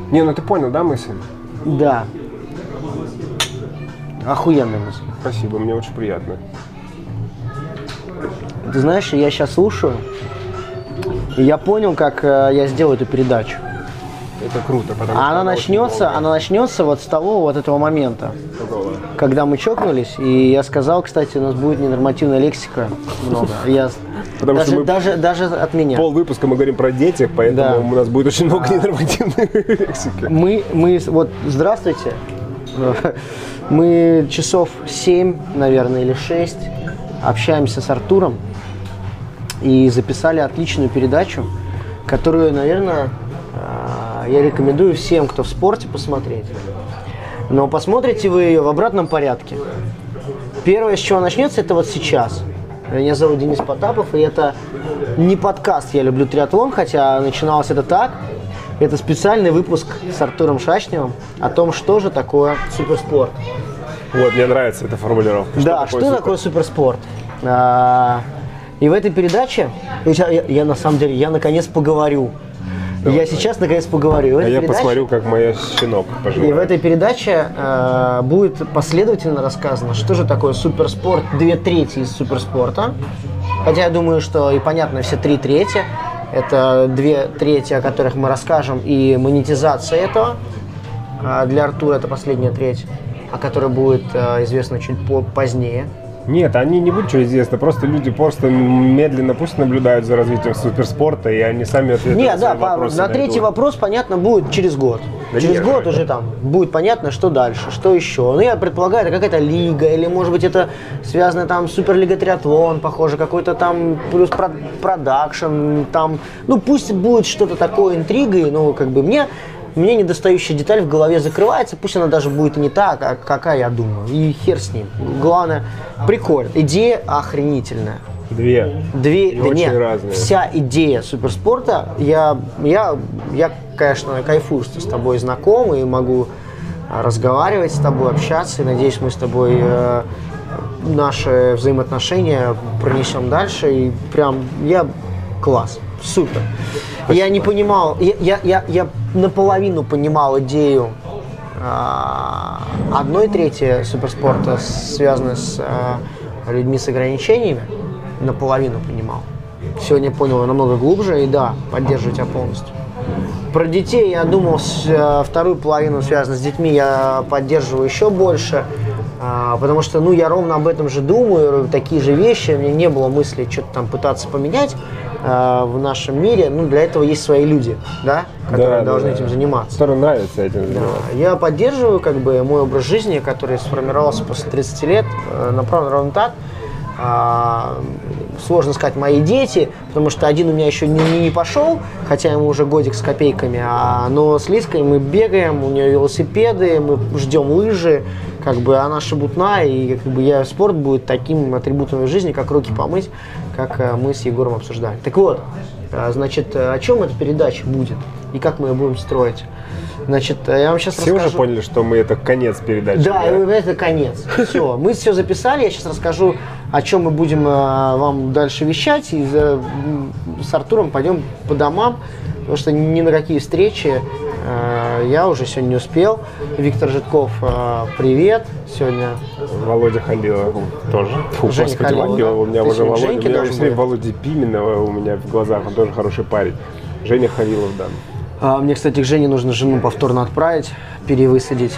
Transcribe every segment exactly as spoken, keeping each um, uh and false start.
Не, ну ты понял, да, мысль? Да. Охуенная мысль. Спасибо, мне очень приятно. Ты знаешь, я сейчас слушаю, и я понял, как э, я сделаю эту передачу. Это круто, потому А что она начнется, очень она начнется вот с того вот этого момента, долго. когда мы чокнулись, и я сказал, кстати, у нас будет ненормативная лексика много. Я Потому даже, что мы даже, даже от меня. Пол выпуска мы говорим про детей, поэтому Да. у нас будет очень много ненормативной лексики. Мы, мы, вот, здравствуйте. Мы часов семь, наверное, или шесть общаемся с Артуром и записали отличную передачу, которую, наверное, я рекомендую всем, кто в спорте, посмотреть. Но посмотрите вы ее в обратном порядке. Первое, с чего начнется, это вот сейчас. Меня зовут Денис Потапов, и это не подкаст «Я люблю триатлон», хотя начиналось это так. Это специальный выпуск с Артуром Шашневым о том, что же такое суперспорт. Вот, мне нравится эта формулировка. Да, что такое, что такое суперспорт? А, и в этой передаче, я, я, я на самом деле, я наконец поговорю. Давай, я давай. сейчас наконец поговорю. А я передаче, посмотрю, как моя щенок поживает. И в этой передаче э, будет последовательно рассказано, что же такое суперспорт, две трети из суперспорта. Хотя я думаю, что и понятно, все три трети. Это две трети, о которых мы расскажем, и монетизация этого. А для Артура это последняя треть, о которой будет э, известно чуть позднее. Нет, они не будут что известно, просто люди просто медленно пусть наблюдают за развитием суперспорта, и они сами ответят Нет, на свои да, вопросы. на на третий это. вопрос, понятно, будет через год. Да через нет, год это... уже там будет понятно, что дальше, что еще. Ну, я предполагаю, это какая-то лига, или, может быть, это связано там Суперлига триатлон, похоже, какой-то там плюс продакшн, там, ну, пусть будет что-то такое интригой, но как бы мне... Мне недостающая деталь в голове закрывается, пусть она даже будет и не так, а какая я думаю. И хер с ним. Главное, прикольно. Идея охренительная. Две. Две, и да очень нет, разные. Вся идея суперспорта, я, я, я, конечно, кайфую, что с тобой знаком и могу разговаривать с тобой, общаться. И надеюсь, мы с тобой э, наши взаимоотношения пронесем дальше. И прям я класс. Супер. Спасибо. Я не понимал, я, я, я, я наполовину понимал идею а, одной трети суперспорта, связанной с а, людьми с ограничениями, наполовину понимал. Сегодня понял намного глубже, и да, поддерживаю тебя полностью. Про детей я думал, с, а, вторую половину, связанную с детьми, я поддерживаю еще больше, а, потому что, ну, я ровно об этом же думаю, такие же вещи, у меня не было мысли что-то там пытаться поменять в нашем мире. Ну, для этого есть свои люди, да, которые да, должны да, этим да. заниматься. Которым нравится этим заниматься. Да. Я поддерживаю как бы мой образ жизни, который сформировался после тридцати лет, направлен ровно так. А, сложно сказать мои дети, потому что один у меня еще не, не, не пошел, хотя ему уже годик с копейками, а, но с Лизкой мы бегаем, у нее велосипеды, мы ждем лыжи, как бы она шебутна, и как бы я, спорт будет таким атрибутом жизни, как руки помыть, как мы с Егором обсуждали. Так вот, значит, о чем эта передача будет и как мы ее будем строить? Значит, я вам сейчас все расскажу. уже поняли, что мы это конец передачи. Да, да? Это конец. Все, мы все записали. Я сейчас расскажу, о чем мы будем э, вам дальше вещать. И за, с Артуром пойдем по домам, потому что ни на какие встречи э, я уже сегодня не успел. Виктор Житков, э, привет. Сегодня Володя Халилов тоже. Фу, Женя господи, Халилова, Халилов, да? у меня Ты уже Володя. У меня быть. все Володя Пименова у меня в глазах, он тоже хороший парень. Женя Халилов, да. Мне, кстати, к Жене нужно жену повторно отправить, перевысадить.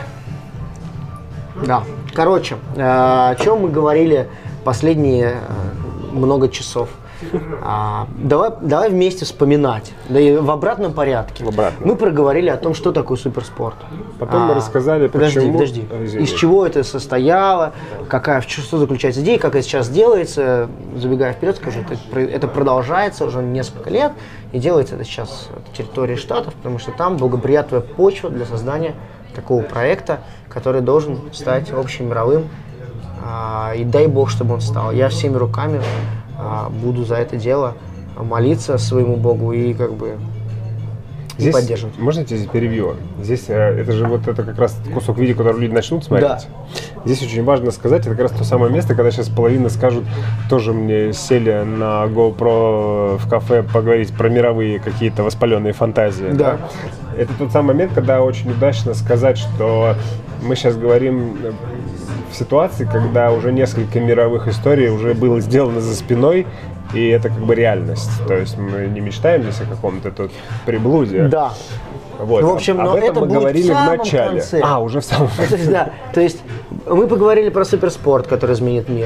Да. Короче, о чем мы говорили последние много часов. А, давай, давай вместе вспоминать. Да и в обратном порядке. В обратном. Мы проговорили о том, что такое суперспорт. Потом а, мы рассказали, подожди, почему... Подожди, Извини. Из чего это состояло, какая, в что заключается идея, как это сейчас делается. Забегая вперед, скажу, это, это продолжается уже несколько лет. И делается это сейчас на территории Штатов, потому что там благоприятная почва для создания такого проекта, который должен стать общемировым. А, и дай бог, чтобы он стал. Я всеми руками буду за это дело молиться своему Богу и как бы не здесь, поддерживать. Можно я здесь перебью? Здесь э, это же вот это как раз кусок видео, который люди начнут смотреть. Да. Здесь очень важно сказать, это как раз то самое место, когда сейчас половина скажут, тоже мне сели на GoPro в кафе поговорить про мировые какие-то воспаленные фантазии. Да. Да? Это тот самый момент, когда очень удачно сказать, что мы сейчас говорим в ситуации, когда уже несколько мировых историй уже было сделано за спиной, и это как бы реальность. То есть мы не мечтаем здесь о каком-то тут приблуде. Да. Вот. В общем, об но этом это мы будет говорили в в самом начале. конце. А, уже в самом То есть, да, то есть мы поговорили про суперспорт, который изменит мир.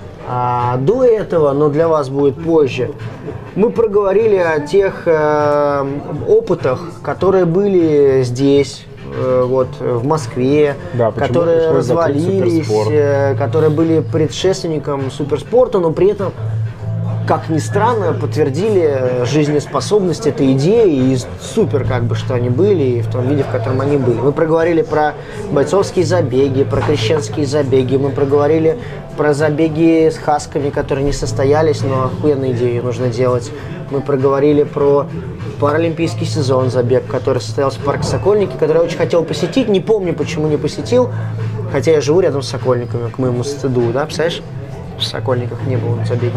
А до этого, но для вас будет позже, мы проговорили о тех э, опытах, которые были здесь, э, вот в Москве, Да, почему которые пришлось закрыть развалились, суперспорт. э, которые были предшественником суперспорта, но при этом, как ни странно, подтвердили жизнеспособность этой идеи и супер, как бы, что они были, и в том виде, в котором они были. Мы проговорили про бойцовские забеги, про крещенские забеги, мы проговорили про забеги с хасками, которые не состоялись, но охуенную идею нужно делать. Мы проговорили про паралимпийский сезон забег, который состоялся в парке Сокольники, который я очень хотел посетить, не помню, почему не посетил, хотя я живу рядом с Сокольниками, к моему стыду, да, представляешь? В Сокольниках не было на забеге.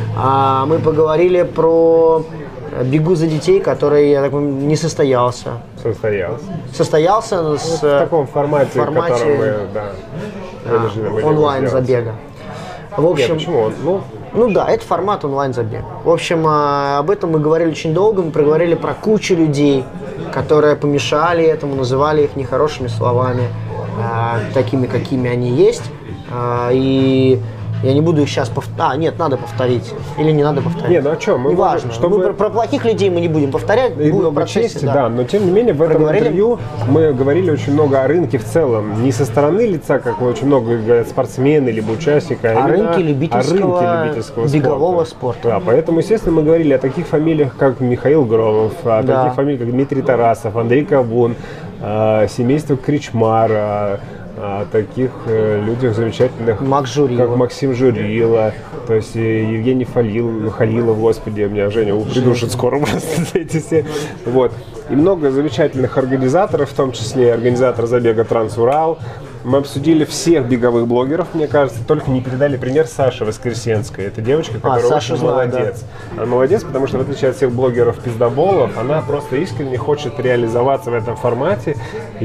А мы поговорили про «Бегу за детей», который, я так понимаю, не состоялся. состоялся. Состоялся но с, В таком формате, формате, в котором мы, да, вынуждены были его онлайн-забега. В сделать. общем, Нет, почему он? Ну, ну да, это формат онлайн-забега. В общем, а, об этом мы говорили очень долго, мы проговорили про кучу людей, которые помешали этому, называли их нехорошими словами, а, такими, какими они есть. А, и я не буду их сейчас повторять. А, нет, надо повторить. Или не надо повторять. Не, ну о чем? Мы Неважно. можем, чтобы- Мы про, про плохих людей мы не будем повторять. и будем в много процессе, чести, да. но тем не менее в этом Проговорили? интервью мы говорили очень много о рынке в целом. Не со стороны лица, как очень много говорят спортсмены либо участника, О именно рынке любительского, о рынке любительского бегового спорта. спорта. Да, поэтому, естественно, мы говорили о таких фамилиях, как Михаил Громов, о Да. таких фамилиях, как Дмитрий Тарасов, Андрей Кавун, э, семейство Кричмара, о таких э, людях замечательных, Макс Журило. как Максим Журило, то есть э, Евгений Фалил, Халилов, господи, меня Женя придушит скоро просто за эти все. Вот. И много замечательных организаторов, в том числе и организатор забега «Трансурал». Мы обсудили всех беговых блогеров, мне кажется, только не передали пример Саши Воскресенской. Это девочка, которая Сашу очень знаю, молодец. Она молодец, потому что в отличие от всех блогеров-пиздоболов, она просто искренне хочет реализоваться в этом формате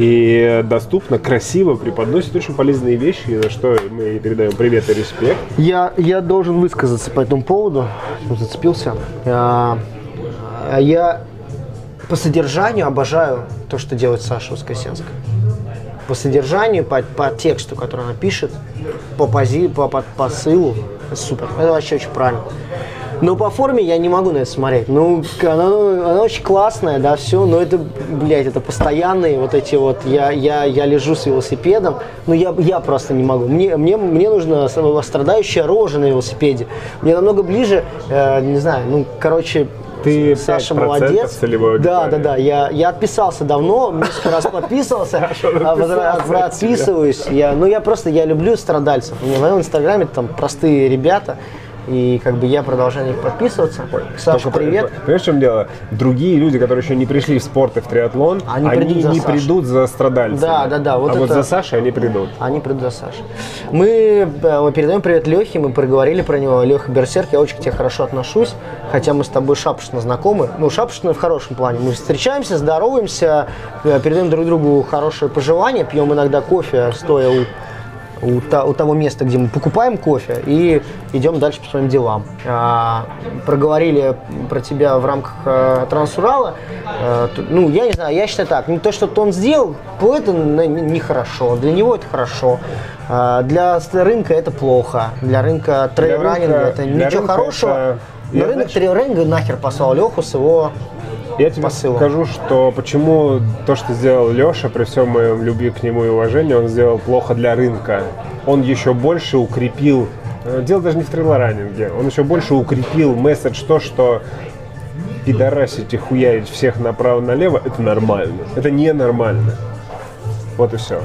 и доступно, красиво преподносит очень полезные вещи, за что мы ей передаем привет и респект. Я, я должен высказаться по этому поводу. Зацепился. А, Я по содержанию обожаю то, что делает Саша Воскресенская. По содержанию, по, по тексту, который она пишет, по, пози, по, по посылу, это супер. Это вообще очень правильно. Но по форме я не могу на это смотреть. Ну, она, она очень классная, да, все, но это, блядь, это постоянные вот эти вот, я, я, я лежу с велосипедом, но я, я просто не могу. Мне, мне, мне нужна страдающая рожа на велосипеде. Мне намного ближе, э, не знаю, ну, короче, Ты Саша пять процентов молодец. целевой Да, аудитории. да, да. Я, я отписался давно, несколько раз подписывался, а возра- отписываюсь. Я, ну, я просто, я люблю страдальцев. У меня в моем инстаграме там простые ребята, и как бы я продолжаю на них подписываться. Саша, Только, привет. Понимаешь, в чем дело? Другие люди, которые еще не пришли в спорт и в триатлон, Они они, придут за не Сашей. придут за страдальцами. Да, да, да, вот а вот это- за Сашей они придут. Они придут за Сашей. Мы э, передаем привет Лехе, мы проговорили про него. Леха Берсерк, я очень к тебе хорошо отношусь, хотя мы с тобой шапошно знакомы. Ну, шапошно в хорошем плане. Мы встречаемся, здороваемся, э, передаем друг другу хорошие пожелания, пьем иногда кофе, стоя у У, та, у того места, где мы покупаем кофе, и идем дальше по своим делам. А, проговорили про тебя в рамках а, Трансурала. А, т- ну, я не знаю, я считаю так. Ну, то, что он сделал, это нехорошо. Для него это хорошо. А, для с- рынка это плохо. Для рынка трейлранинга рынка- это для ничего рынка хорошего. это- Но я, рынок знаешь- трейлранинга нахер послал Леху с его... Я тебе посылом. скажу, что почему то, что сделал Леша, при всем моем любви к нему и уважении, он сделал плохо для рынка. Он еще больше укрепил, э, дело даже не в трейлранинге, он еще больше укрепил месседж то, что пидорасить и хуярить всех направо-налево, это нормально. Это ненормально. Вот и все.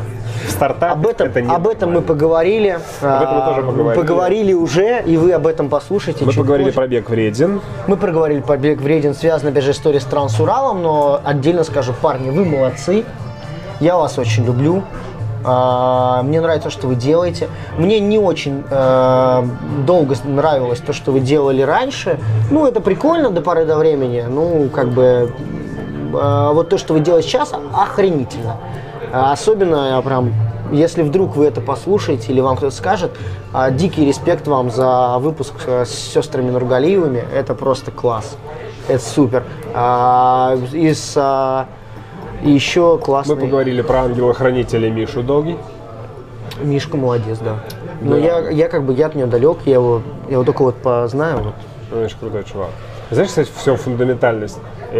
в стартапе об этом, это не об этом мы поговорили. Об этом мы тоже поговорили. Поговорили уже, и вы об этом послушайте. Мы поговорили позже. про бег вреден. Мы проговорили про бег вреден, связана опять же история с Трансуралом, но отдельно скажу, парни, вы молодцы. Я вас очень люблю. Мне нравится, что вы делаете. Мне не очень э, долго нравилось то, что вы делали раньше. Ну, это прикольно до поры до времени. Ну, как бы, э, вот то, что вы делаете сейчас, охренительно. Особенно, я прям, если вдруг вы это послушаете или вам кто-то скажет, э, дикий респект вам за выпуск с сестрами Нургалиевыми. Это просто класс. Это супер. Э, из... Э, И еще классный... Мы поговорили про ангела-хранителя Мишу Долгий. Мишка молодец, да. Но Да. я, я как бы, я от него далек, я его, я его только вот познаю. Вот. Он очень крутой чувак. Знаешь, кстати, все фундаментальность.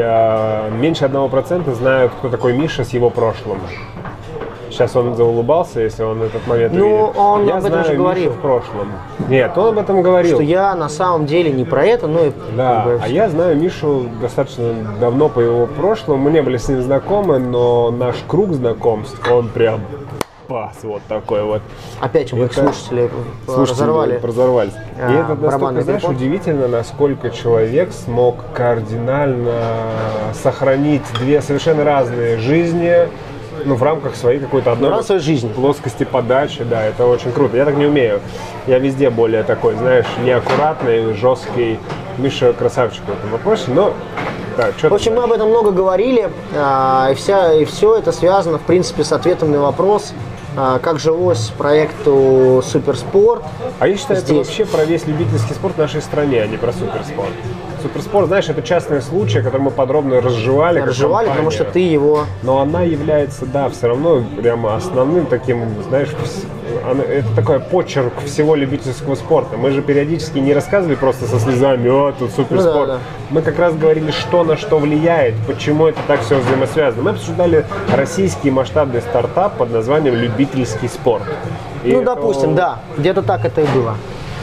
Я меньше одного процента знают, кто такой Миша с его прошлым. Сейчас он заулыбался, если он этот момент Ну, увидит. он я об этом знаю же Мишу говорил. в прошлом. Нет, он об этом говорил. Что я на самом деле не про это, но и... Да, как бы, а я знаю Мишу достаточно давно по его прошлому. Мы не были с ним знакомы, но наш круг знакомств, он прям пас вот такой вот. Опять мы Это- слушатели Слушайте, разорвали. разорвались. А, И это настолько, барабанный знаешь, перепон. удивительно, насколько человек смог кардинально сохранить две совершенно разные жизни, ну, в рамках своей какой-то одной В рамках своей жизни. плоскости подачи, да, это очень круто. Я так не умею. Я везде более такой, знаешь, неаккуратный, жесткий. Миша красавчик в этом вопросе, но да, что В общем, мы об этом много говорили, а, и, вся, и все это связано, в принципе, с ответом на вопрос, а, как жилось проекту Суперспорт. А я считаю, это Здесь. вообще про весь любительский спорт в нашей стране, а не про суперспорт. Суперспорт, знаешь, это частный случай, который мы подробно разжевали. как Разжевали, потому что компания. ты его... Но она является, да, все равно прямо основным таким, знаешь, вс- она- это такой почерк всего любительского спорта. Мы же периодически не рассказывали просто со слезами, о, тут суперспорт. Ну да, да. Мы как раз говорили, что на что влияет, почему это так все взаимосвязано. Мы обсуждали российский масштабный стартап под названием «Любительский спорт». И, Ну, допустим, э, да, где-то так это и было.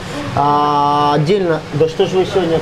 А, отдельно, да что же вы сегодня...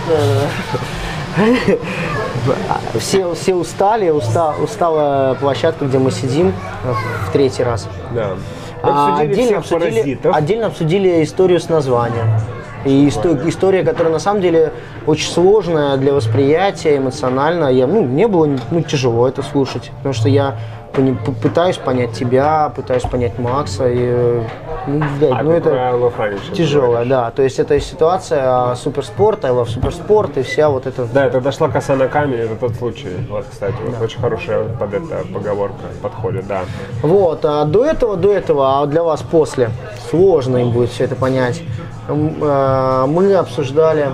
э, Все, все устали, уста, устала площадка, где мы сидим э, в третий раз. Да. Мы А, обсудили отдельно, всех обсудили, паразитов. отдельно обсудили историю с названием. И исто- история, которая на самом деле очень сложная для восприятия, эмоционально. Я, ну, мне было ну, тяжело это слушать, потому что я пони- п- пытаюсь понять тебя, пытаюсь понять Макса. И, ну, блядь, А, ну, ты это про Love Running сейчас тяжелая, говоришь. да. То есть это ситуация а, суперспорт, I love суперспорт и вся вот эта... Да, это дошла коса на камень, это тот случай. Вот, кстати, вот очень хорошая под это поговорка подходит, да. Вот, а до этого, до этого, а для вас после, сложно им будет все это понять. М, э, Мы обсуждали,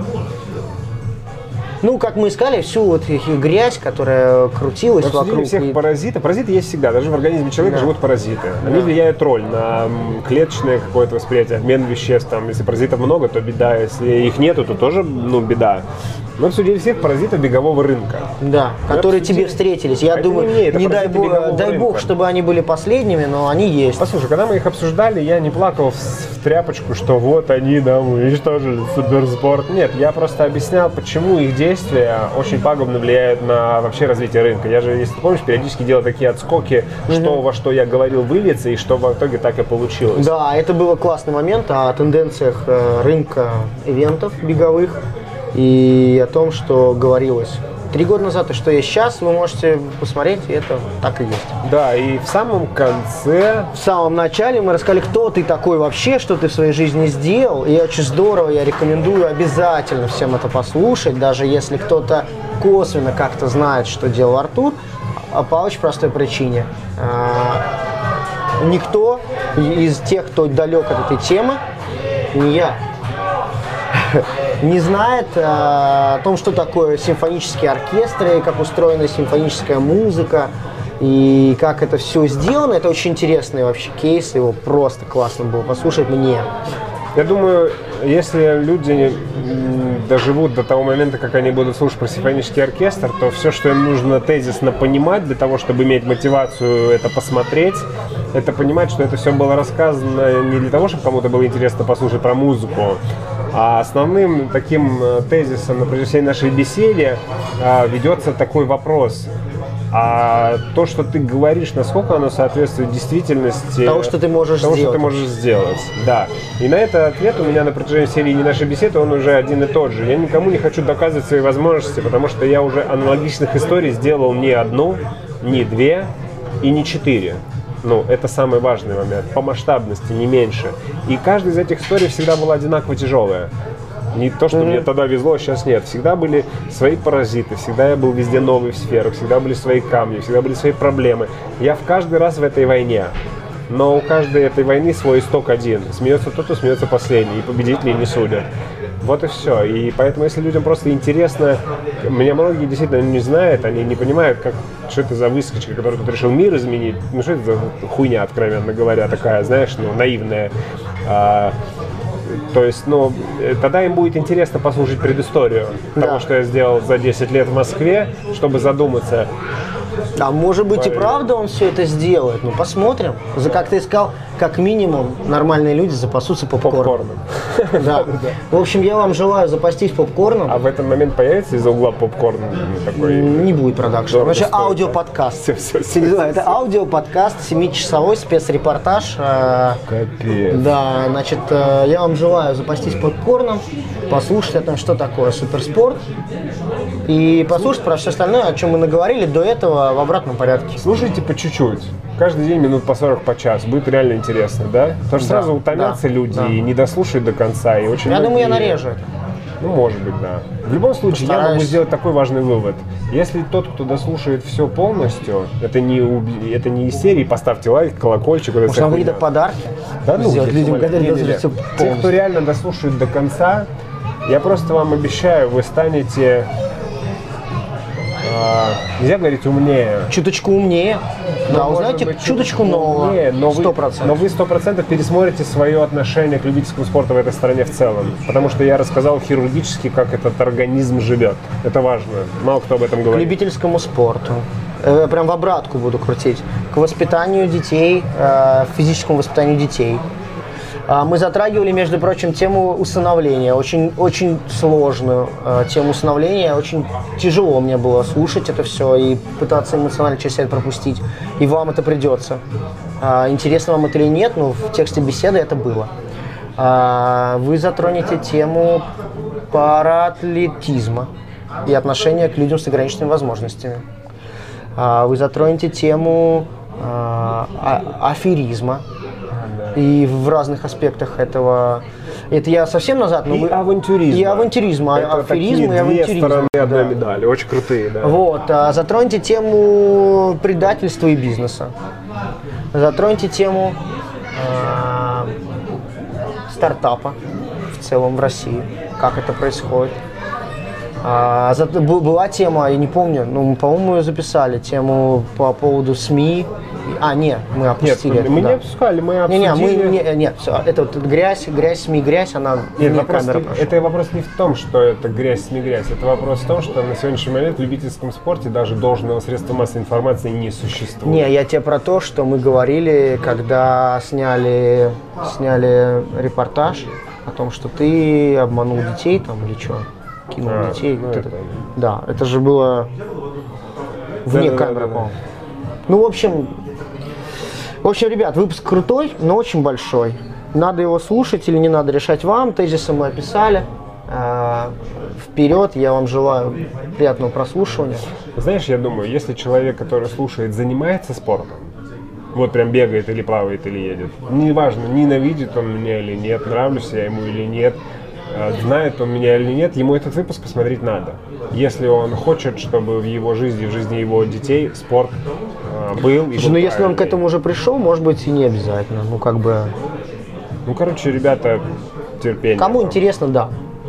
ну, как мы искали, всю вот их грязь, которая крутилась Мы обсудили вокруг. всех и- паразитов. Паразиты есть всегда. Даже в организме человека Да. живут паразиты. Они влияют роль на м, клеточное какое-то восприятие, обмен веществ. Там, если паразитов много, то беда. Если их нету, то тоже ну, беда. Мы обсудили всех паразитов бегового рынка. Да, которые обсудили. тебе встретились. Я А это думаю, не мне, это не дай паразиты бог, бегового дай бог, рынка. чтобы они были последними, но они есть. Послушай, когда мы их обсуждали, я не плакал в, в тряпочку, что вот они нам уничтожили суперспорт. Нет, я просто объяснял, почему их действия очень пагубно влияют на вообще развитие рынка. Я же, если ты помнишь, периодически делал такие отскоки, что во что я говорил выльется, и что в итоге так и получилось. Да, это был классный момент о тенденциях э, рынка ивентов беговых и о том, что говорилось три года назад и что есть сейчас, вы можете посмотреть, и это так и есть. Да, и в самом конце... В самом начале мы рассказали, кто ты такой вообще, что ты в своей жизни сделал, и очень здорово, я рекомендую обязательно всем это послушать, даже если кто-то косвенно как-то знает, что делал Артур, а по очень простой причине. А, Никто из тех, кто далек от этой темы, не я, не знает э, о том, что такое симфонические оркестры, как устроена симфоническая музыка и как это все сделано. Это очень интересный вообще кейс, его просто классно было послушать мне. Я думаю, если люди м, доживут до того момента, как они будут слушать про симфонический оркестр, то все, что им нужно тезисно понимать для того, чтобы иметь мотивацию это посмотреть, это понимать, что это все было рассказано не для того, чтобы кому-то было интересно послушать про музыку, а основным таким э, тезисом на протяжении нашей беседы э, ведется такой вопрос. а то, что ты говоришь, насколько оно соответствует действительности Того, что ты можешь того, сделать. что ты можешь сделать. Да. И на это ответ у меня на протяжении серии «Не нашей беседы», он уже один и тот же. Я никому не хочу доказывать свои возможности, потому что я уже аналогичных историй сделал не одну, не две и не четыре. Ну, это самый важный момент. По масштабности, не меньше. И каждая из этих историй всегда была одинаково тяжелая. Не то, что mm-hmm. мне тогда везло, сейчас нет. Всегда были свои паразиты, всегда я был везде новый в сферах, всегда были свои камни, всегда были свои проблемы. Я в каждый раз в этой войне. Но у каждой этой войны свой исток один. Смеется тот, кто смеется последний, и победителей не судят. Вот и все. И поэтому, если людям просто интересно, меня многие действительно не знают, они не понимают, как, что это за выскочка, который тут решил мир изменить. Ну, что это за хуйня, откровенно говоря, такая, знаешь, ну, наивная. А, то есть, ну, тогда им будет интересно послушать предысторию да. того, что я сделал за десять лет в Москве, чтобы задуматься. А может быть и правда он все это сделает. Ну, посмотрим. За, как ты сказал, как минимум нормальные люди запасутся попкорном. попкорном. Да. В общем, я вам желаю запастись попкорном. А в этот момент появится из-за угла попкорн такой? Не будет продакшн. Значит, аудиоподкаст. Все, все, все. Это аудиоподкаст, семичасовой спецрепортаж. Капец. Да, значит, я вам желаю запастись попкорном, послушать о том, что такое суперспорт. И послушать про все остальное, о чем мы наговорили до этого в обратном порядке. Слушайте по чуть-чуть. Каждый день минут по сорок, по час. Будет реально интересно, да? Потому что да, сразу утомятся да, люди да. и не дослушают до конца. И очень я многие... думаю, я нарежу это. Ну, может быть, да. В любом случае, Постараюсь. я могу сделать такой важный вывод. Если тот, кто дослушает все полностью, это не, уби... это не из серии «Поставьте лайк, колокольчик». Может, нам какие-то подарки? Да, ну, сделать людям, которые дослушают все полностью. Те, кто реально дослушает до конца, я просто вам обещаю, вы станете... Нельзя говорить умнее. Чуточку умнее. Но, да, узнаете быть, чуточку нового. Умнее, но сто процентов. Но вы сто процентов пересмотрите свое отношение к любительскому спорту в этой стране в целом. Потому что я рассказал хирургически, как этот организм живет. Это важно. Мало кто об этом говорит. К любительскому спорту. Я прям в обратку буду крутить. К воспитанию детей, физическому воспитанию детей. Мы затрагивали, между прочим, тему усыновления, очень, очень сложную э, тему усыновления. Очень тяжело мне было слушать это все и пытаться эмоционально через себя это пропустить. И вам это придется. Э, интересно вам это или нет, но в тексте беседы это было. Э, вы затронете тему параатлетизма и отношения к людям с ограниченными возможностями. Э, вы затронете тему э, а- аферизма. И в разных аспектах этого. Это я совсем назад. Но и вы... авантюризм. И авантюризм. Это аферизм такие и авантюризм. Две стороны да. одной медали. Очень крутые, да. Вот. А, затроньте тему предательства и бизнеса. Затроньте тему а, стартапа в целом в России. Как это происходит. А, за, была тема, я не помню, ну, по-моему, ее записали, тему по поводу СМИ. А, нет, мы опустили. Нет, это, мы да. не опускали, мы обсудили. Не, не, мы, не, нет, все, это вот грязь, грязь, СМИ, грязь, она нет, вне вопрос камеры не, прошла. это вопрос не в том, что это грязь, СМИ, грязь. Это вопрос в том, что на сегодняшний момент в любительском спорте даже должного средства массовой информации не существует. Не, я тебе про то, что мы говорили, когда сняли, сняли репортаж о том, что ты обманул детей там или что, кинул а, детей. Ну, вот это, это. Да, это же было вне да, камеры, да, да, по-моему. Да. Ну, в общем... В общем, ребят, выпуск крутой, но очень большой. Надо его слушать или не надо, решать вам. Тезисы мы описали. Вперед, я вам желаю приятного прослушивания. Знаешь, я думаю, если человек, который слушает, занимается спортом, вот прям бегает или плавает или едет, неважно, ненавидит он меня или нет, нравлюсь я ему или нет, знает он меня или нет, ему этот выпуск посмотреть надо. Если он хочет, чтобы в его жизни, в жизни его детей спорт э, был. Слушай, ну если он к этому уже пришел, может быть и не обязательно. Ну как бы. Ну короче, ребята, терпение. Кому интересно, да.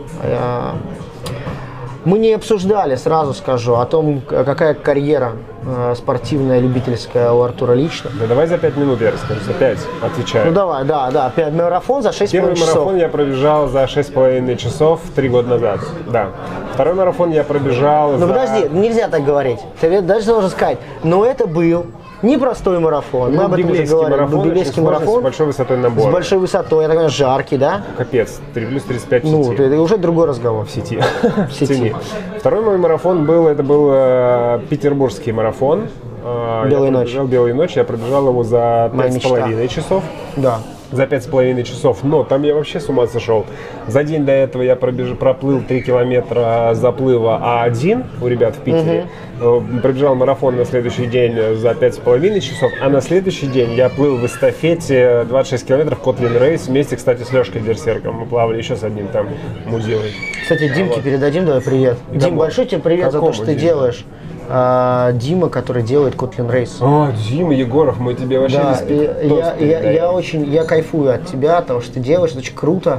Мы не обсуждали, сразу скажу, о том, какая карьера э, спортивная, любительская у Артура лично. Да давай за пять минут я расскажу, за пять отвечаю. Ну давай, да, да, марафон за шесть с половиной часов. Первый марафон я пробежал за шесть с половиной часов три года назад, да. Второй марафон я пробежал Ну за... подожди, нельзя так говорить. Ты даже должен сказать, но это был Непростой марафон. Ну, Мы об этом уже говорили. Марафон, Бибилейский марафон. С большой высотой набора. С большой высотой. Я так понимаю, жаркий, да? Капец. три плюс тридцать пять в Ну, сети. это уже другой разговор. В сети. В сети. Второй мой марафон был, это был э, петербургский марафон. Э, Белая я ночь. пробежал «Белую ночь», я пробежал его за пять с половиной часов. Да. За пять с половиной часов, но там я вообще с ума сошел. За день до этого я пробеж... проплыл три километра заплыва А один у ребят в Питере. Угу. Пробежал марафон на следующий день за пять с половиной часов, а на следующий день я плыл в эстафете двадцать шесть километров Котлин Рейс вместе, кстати, с Лешкой Дерсерком. Мы плавали еще с одним там мудилой. Кстати, Димке вот. передадим давай привет. Кому? Дим, большой тебе привет Какому за то, что Дима? ты делаешь. А, Дима, который делает Котлин Рейс. О, Дима Егоров, мы тебе вообще да, я, я, я очень, я кайфую от тебя, того, что ты делаешь, это очень круто.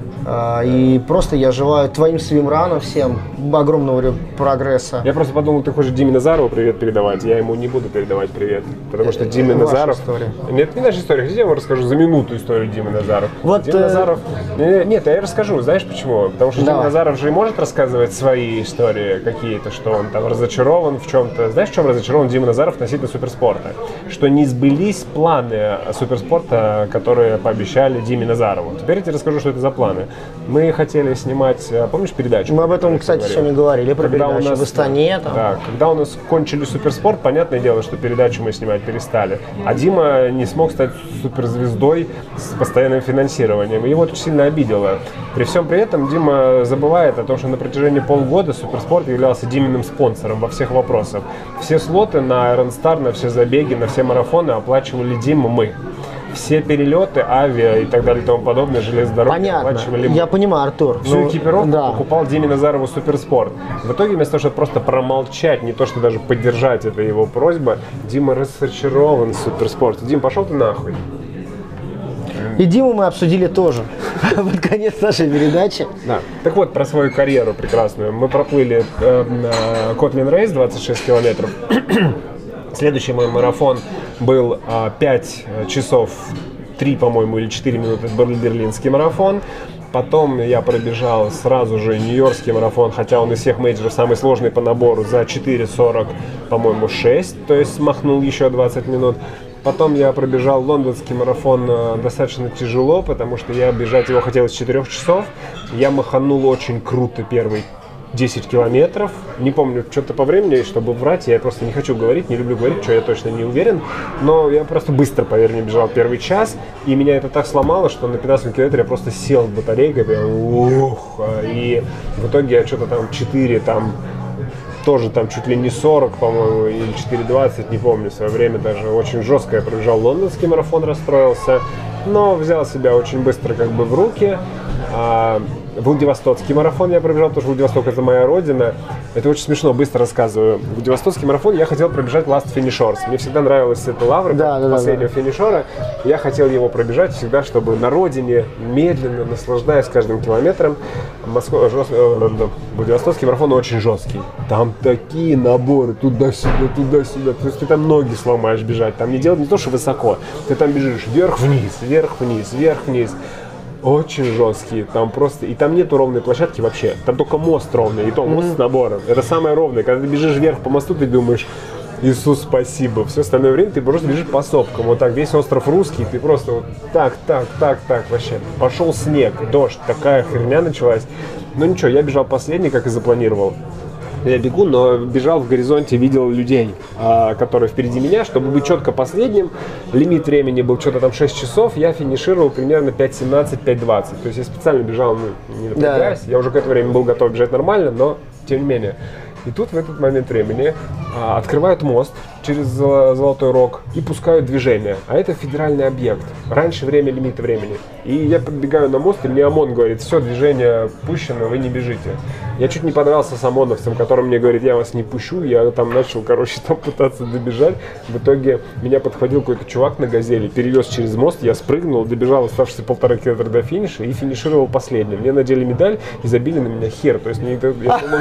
А, и просто я желаю твоим свимранам всем огромного прогресса. Я просто подумал, ты хочешь Диме Назарову привет передавать, я ему не буду передавать привет, потому что Дима Назаров... История. Нет, не наша история, хотите я вам расскажу за минуту историю Димы Назаров? Вот, Дима э... Назаров... Нет, я расскажу, знаешь почему? Потому что Давай. Дима Назаров же и может рассказывать свои истории какие-то, что он там разочарован в чем-то. Знаешь, в чем разочарован Дима Назаров относительно суперспорта? Что не сбылись планы суперспорта, которые пообещали Диме Назарову. Теперь я тебе расскажу, что это за планы. Мы хотели снимать, помнишь передачу? Мы об этом, кстати, говорили? сегодня говорили, про когда передачу у нас, в Астане. Там. Да, когда у нас кончили суперспорт, понятное дело, что передачу мы снимать перестали. А Дима не смог стать суперзвездой с постоянным финансированием. И его это сильно обидело. При всем при этом Дима забывает о том, что на протяжении полгода суперспорт являлся Диминым спонсором во всех вопросах. Все слоты на Iron Star, на все забеги, на все марафоны оплачивали Дима мы. Все перелеты, авиа и так далее и тому подобное, железные дороги Понятно. оплачивали мы. Я понимаю, Артур. Всю ну, экипировку да. покупал Диме Назарову суперспорт. В итоге, вместо того, чтобы просто промолчать, не то, что даже поддержать, это его просьба, Дима разочарован в суперспорте. Дим, пошел ты нахуй. И Диму мы обсудили тоже. Под конец нашей передачи. Да. Так вот, про свою карьеру прекрасную. Мы проплыли Котлин Рейс двадцать шесть километров. Следующий мой марафон был а, пять часов три, по-моему, или четыре минуты. Это был берлинский марафон. Потом я пробежал сразу же нью-йоркский марафон, хотя он из всех мейджоров самый сложный по набору, за четыре сорок, по-моему, шесть, то есть смахнул еще двадцать минут. Потом я пробежал лондонский марафон э, достаточно тяжело, потому что я бежать его хотел из четырёх часов. Я маханул очень круто первый десять километров. Не помню, что-то по времени, чтобы врать, я просто не хочу говорить, не люблю говорить, что я точно не уверен. Но я просто быстро, поверь мне, бежал первый час, и меня это так сломало, что на пятнадцатом километре я просто сел с батарейкой, прям, ух, и в итоге я что-то там четыре, там, тоже там чуть ли не сорок, по-моему, или четыре двадцать, не помню, в свое время даже очень жестко я пробежал лондонский марафон, расстроился, но взял себя очень быстро как бы в руки. Владивостокский марафон я пробежал, потому что Владивосток — это моя родина. Это очень смешно, быстро рассказываю. Владивостокский марафон я хотел пробежать Last Finish Shores. Мне всегда нравилась эта лавра, да, да, последнего да. финишера. Я хотел его пробежать всегда, чтобы на родине, медленно, наслаждаясь каждым километром. Москва, жест... Владивостокский марафон очень жесткий. Там такие наборы, туда-сюда, туда-сюда. То есть ты там ноги сломаешь бежать. Там не делать не то, что высоко. Ты там бежишь вверх-вниз, вверх-вниз, вверх-вниз. Очень жесткие, там просто, и там нету ровной площадки вообще, там только мост ровный, и то мост mm-hmm. с набором, это самое ровное, когда ты бежишь вверх по мосту, ты думаешь, Иисус, спасибо, все остальное время ты просто бежишь по сопкам, вот так, весь остров Русский, ты просто вот так, так, так, так, вообще, пошел снег, дождь, такая херня началась, ну ничего, я бежал последний, как и запланировал. Я бегу, но бежал в горизонте, видел людей, а, которые впереди меня, чтобы быть четко последним. Лимит времени был что-то там шесть часов, я финишировал примерно пять семнадцать, пять двадцать. То есть я специально бежал, ну, не напрягаясь. Да. Я уже к этому времени был готов бежать нормально, но тем не менее. И тут в этот момент времени а, открывают мост через Золотой Рог и пускают движение. А это федеральный объект. Раньше время лимита времени. И я подбегаю на мост, и мне ОМОН говорит, все, движение пущено, вы не бежите. Я чуть не подрался с ОМОНовцем, который мне говорит, я вас не пущу. Я там начал, короче, там пытаться добежать. В итоге меня подхватил какой-то чувак на газели, перевез через мост, я спрыгнул, добежал оставшиеся полтора километра до финиша и финишировал последним. Мне надели медаль и забили на меня хер. То есть мне это...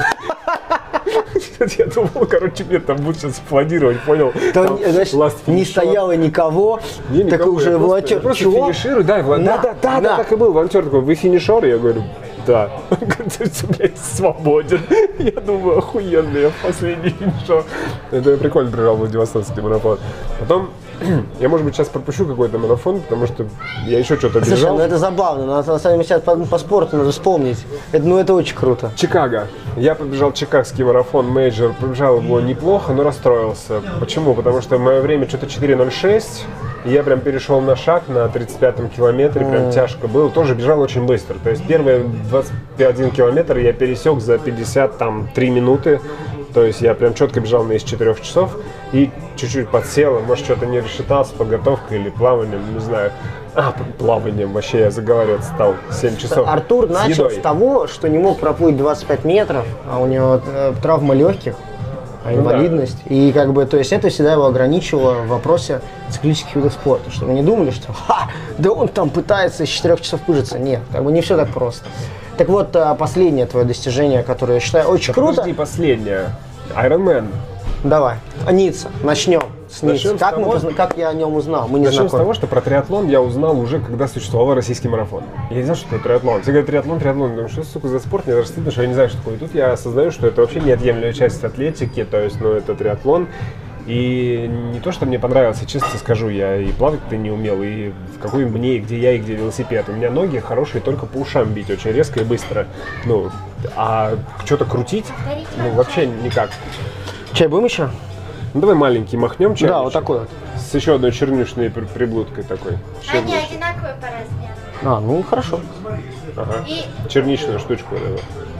Я думал, короче, мне там будут сейчас аплодировать, понял? Там, там значит, не стояло никого, не, так никого, уже волонтер. Просто финиширую, да, да, да, да, да, так и был. Волонтер такой, вы финишер? Я говорю, Да. Блядь, свободен. Я думаю, охуенно, я в последний день что. Это я прикольно прижал Владивостокский марафон. Потом я, может быть, сейчас пропущу какой-то марафон, потому что я еще что-то бежал. Слушай, ну это забавно, но на самом деле по, по спорту надо вспомнить. Это, ну это очень круто. Чикаго. Я побежал чикагский марафон, мейджор, побежал его неплохо, но расстроился. Почему? Потому что мое время что-то четыре ноль шесть, и я прям перешел на шаг на тридцать пятом километре, прям mm. тяжко было. Тоже бежал очень быстро. То есть первые двадцать один километр я пересек за пятьдесят три минуты. То есть я прям четко бежал на из четырех часов и чуть-чуть подсел, может что-то не рассчитался, подготовкой или плаванием, не знаю. А, плаванием вообще я заговариваться стал семь часов. Артур с начал едой. с того, что не мог проплыть двадцать пять метров, а у него э, травма легких, а инвалидность. Ну, да. И как бы, то есть это всегда его ограничивало в вопросе циклических видов спорта. Чтобы не думали, что ха, да он там пытается из четырех часов пыжиться. Нет, как бы не все так просто. Так вот, последнее твое достижение, которое я считаю очень так круто. Подожди, последнее. Ironman. Давай. Ницца. Начнем с Ниццы. Как, того, мы, как я о нем узнал? Мы не Начнем знакомы. с того, что про триатлон я узнал уже, когда существовал российский марафон. Я не знал, что такое триатлон. Все говорят, триатлон, триатлон. Я думаю, что, сука, за спорт? Мне даже стыдно, что я не знаю, что такое. И тут я осознаю, что это вообще неотъемлемая часть атлетики, то есть, ну, это триатлон. И не то, что мне понравилось, я честно скажу, я и плавать-то не умел, и в какой мне, и где я, и где велосипед. У меня ноги хорошие только по ушам бить, очень резко и быстро. Ну, а что-то крутить, ну, вообще никак. Чай будем еще? Ну, давай маленький махнем чай. Да, вот такой вот. С еще одной чернюшной при- приблудкой такой. Они одинаковые по размеру. А, ну хорошо. Ага. И Черничную штучку. Да.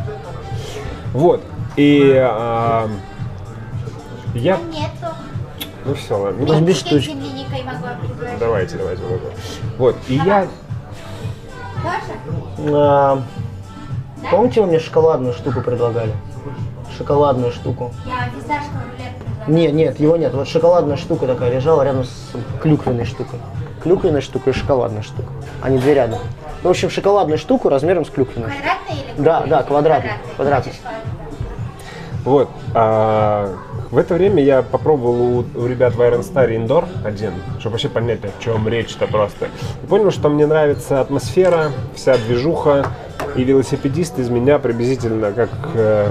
Вот. И а, я... нету. Ну все, ладно. Ну, Ну, без С штучки. земляникой могу предложить. давайте, давайте. Вот, вот. И я... Тоже? А, помните, вы мне шоколадную штуку предлагали? Шоколадную штуку. Я фисташковый рулет предлагаю. Нет, нет, его нет. Вот шоколадная штука такая лежала рядом с клюквенной штукой. Клюквенная штука и шоколадная штука. Они две рядом. Ну, в общем, шоколадную штуку размером с клюквенной. Квадратный или Да, круглый? да, квадратный. Квадратный. Хочешь квадратный? Вот. А, в это время я попробовал у, у ребят в Iron Star Indoor один, чтобы вообще понять, о чем речь-то просто. И понял, что мне нравится атмосфера, вся движуха, и велосипедист из меня приблизительно как э,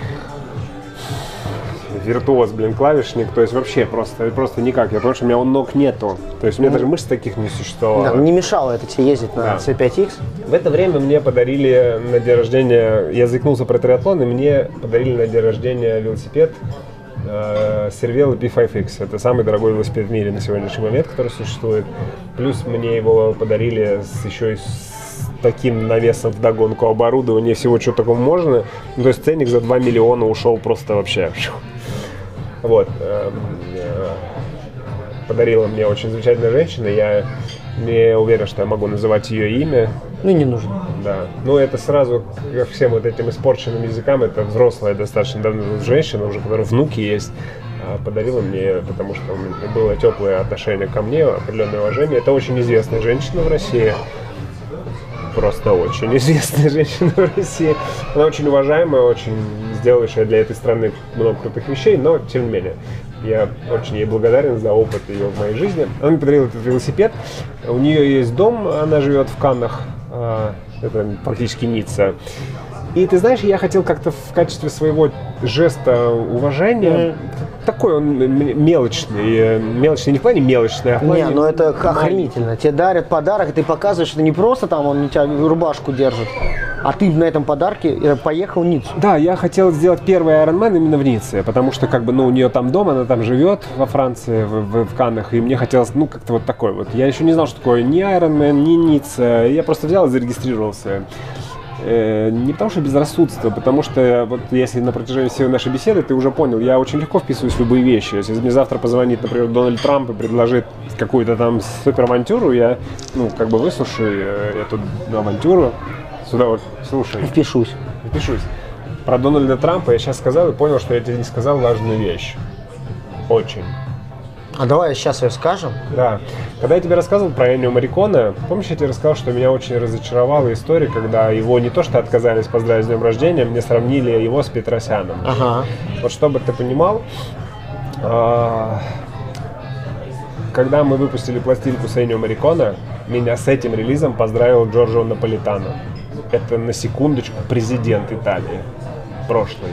виртуоз, блин, клавишник, то есть вообще просто, просто никак. Я понял, что у меня ног нету. То есть у меня даже мышц таких не существовало. Да, не мешало это тебе ездить на Да. си пять икс. В это время мне подарили на день рождения, я заикнулся про триатлон, и мне подарили на день рождения велосипед э, Cervelo пи пять икс. Это самый дорогой велосипед в мире на сегодняшний момент, который существует. Плюс мне его подарили с, еще и с таким навесом вдогонку оборудования, всего чего такого можно. Ну, то есть ценник за два миллиона ушел просто вообще. Вот. э, э, Подарила мне очень замечательная женщина. Я не уверен, что я могу называть ее имя. Ну, не нужно. Да. Ну, это сразу ко всем вот этим испорченным языкам, это взрослая достаточно давно женщина, уже которой внуки есть, подарила мне, потому что у меня было теплое отношение ко мне, определенное уважение. Это очень известная женщина в России. Просто очень известная женщина в России. Она очень уважаемая, очень сделавшая для этой страны много крутых вещей, но тем не менее. Я очень ей благодарен за опыт ее в моей жизни. Она мне подарила этот велосипед. У нее есть дом, она живет в Каннах. Это практически Ницца. И ты знаешь, я хотел как-то в качестве своего жеста уважения, mm-hmm. такой он мелочный, мелочный не в плане мелочный, а в плане... Не, ну это охренительно. Тебе дарят подарок, и ты показываешь, что не просто там он у тебя рубашку держит, а ты на этом подарке поехал в Ниццу. Да, я хотел сделать первый Ironman именно в Ницце, потому что как бы, ну, у нее там дом, она там живет во Франции, в, в, в Каннах, и мне хотелось, ну, как-то вот такой вот. Я еще не знал, что такое ни Ironman, ни Ницца, я просто взял и зарегистрировался. Э, не потому что безрассудство, потому что вот если на протяжении всей нашей беседы ты уже понял, я очень легко вписываюсь в любые вещи. Если мне завтра позвонит, например, Дональд Трамп и предложит какую-то там супер-авантюру, я, ну, как бы выслушаю эту авантюру с удовольствием. Слушай. Впишусь. Впишусь. Про Дональда Трампа я сейчас сказал и понял, что я тебе не сказал важную вещь. Очень. А давай сейчас ее скажем. Да. Когда я тебе рассказывал про Эннио Морриконе, помнишь, я тебе рассказал, что меня очень разочаровала история, когда его не то что отказались поздравить с днем рождения, мне сравнили его с Петросяном. Ага. Вот чтобы ты понимал, когда мы выпустили пластинку с Эннио Морриконе, меня с этим релизом поздравил Джорджо Наполитано. это на секундочку президент Италии прошлый.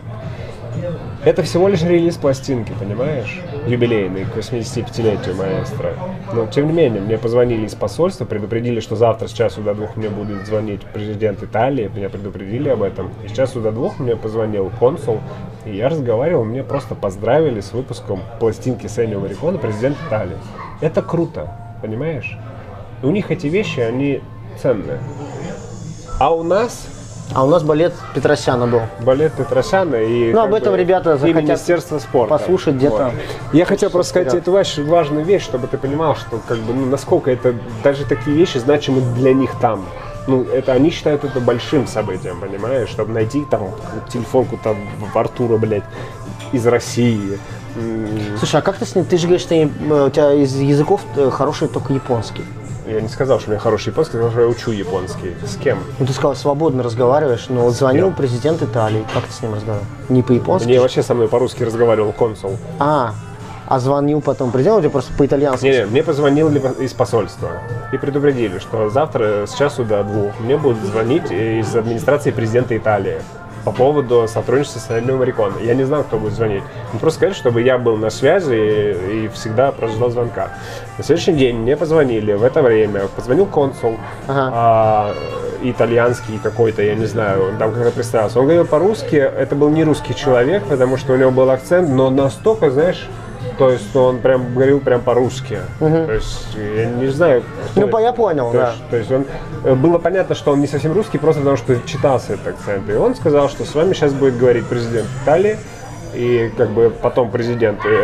Это всего лишь релиз пластинки, понимаешь? Юбилейный, к восьмидесятипятилетию маэстро. Но, тем не менее, мне позвонили из посольства, предупредили, что завтра с часу до двух мне будет звонить президент Италии. Меня предупредили об этом. И с часу до двух мне позвонил консул, и я разговаривал, мне просто поздравили с выпуском пластинки с Эннио Морриконе, президент Италии. Это круто, понимаешь? И у них эти вещи, они ценные. А у нас... А у нас балет Петросяна был. Балет Петросяна и, ну, об этом ребята захотят Министерство спорта. Послушать где-то. Вот. Я хотел просто сказать эту важную, важную вещь, чтобы ты понимал, что как бы, ну, насколько это даже такие вещи значимы для них там. Ну, это они считают это большим событием, понимаешь? Чтобы найти там телефонку там в Артура, блядь, из России. Слушай, а как ты с ним? Ты же говоришь, что у тебя из языков хороший только японский. Я не сказал, что у меня хороший японский, я сказал, что я учу японский. С кем? Ну, ты сказал, свободно разговариваешь, но вот звонил президент Италии. Как ты с ним разговаривал? Не по-японски? Не, вообще со мной по-русски разговаривал консул. А, а звонил потом президент, у тебя просто по-итальянски? Не, не, мне позвонили из посольства и предупредили, что завтра с часу до двух мне будут звонить из администрации президента Италии по поводу сотрудничества с Эннио Морриконе. Я не знал, кто будет звонить. Мне просто сказали, чтобы я был на связи и, и всегда прождал звонка. На следующий день мне позвонили в это время. Позвонил консул, ага. а, итальянский какой-то, я не знаю, он там как-то представился. Он говорил по-русски, это был не русский человек, потому что у него был акцент, но настолько, знаешь, то есть он прям говорил прям по-русски. Угу. То есть я не знаю. Ну, это. Я понял, то да. Есть, то есть он было понятно, что он не совсем русский, просто потому что читался этот акцент. И он сказал, что с вами сейчас будет говорить президент Италии и как бы потом президент э,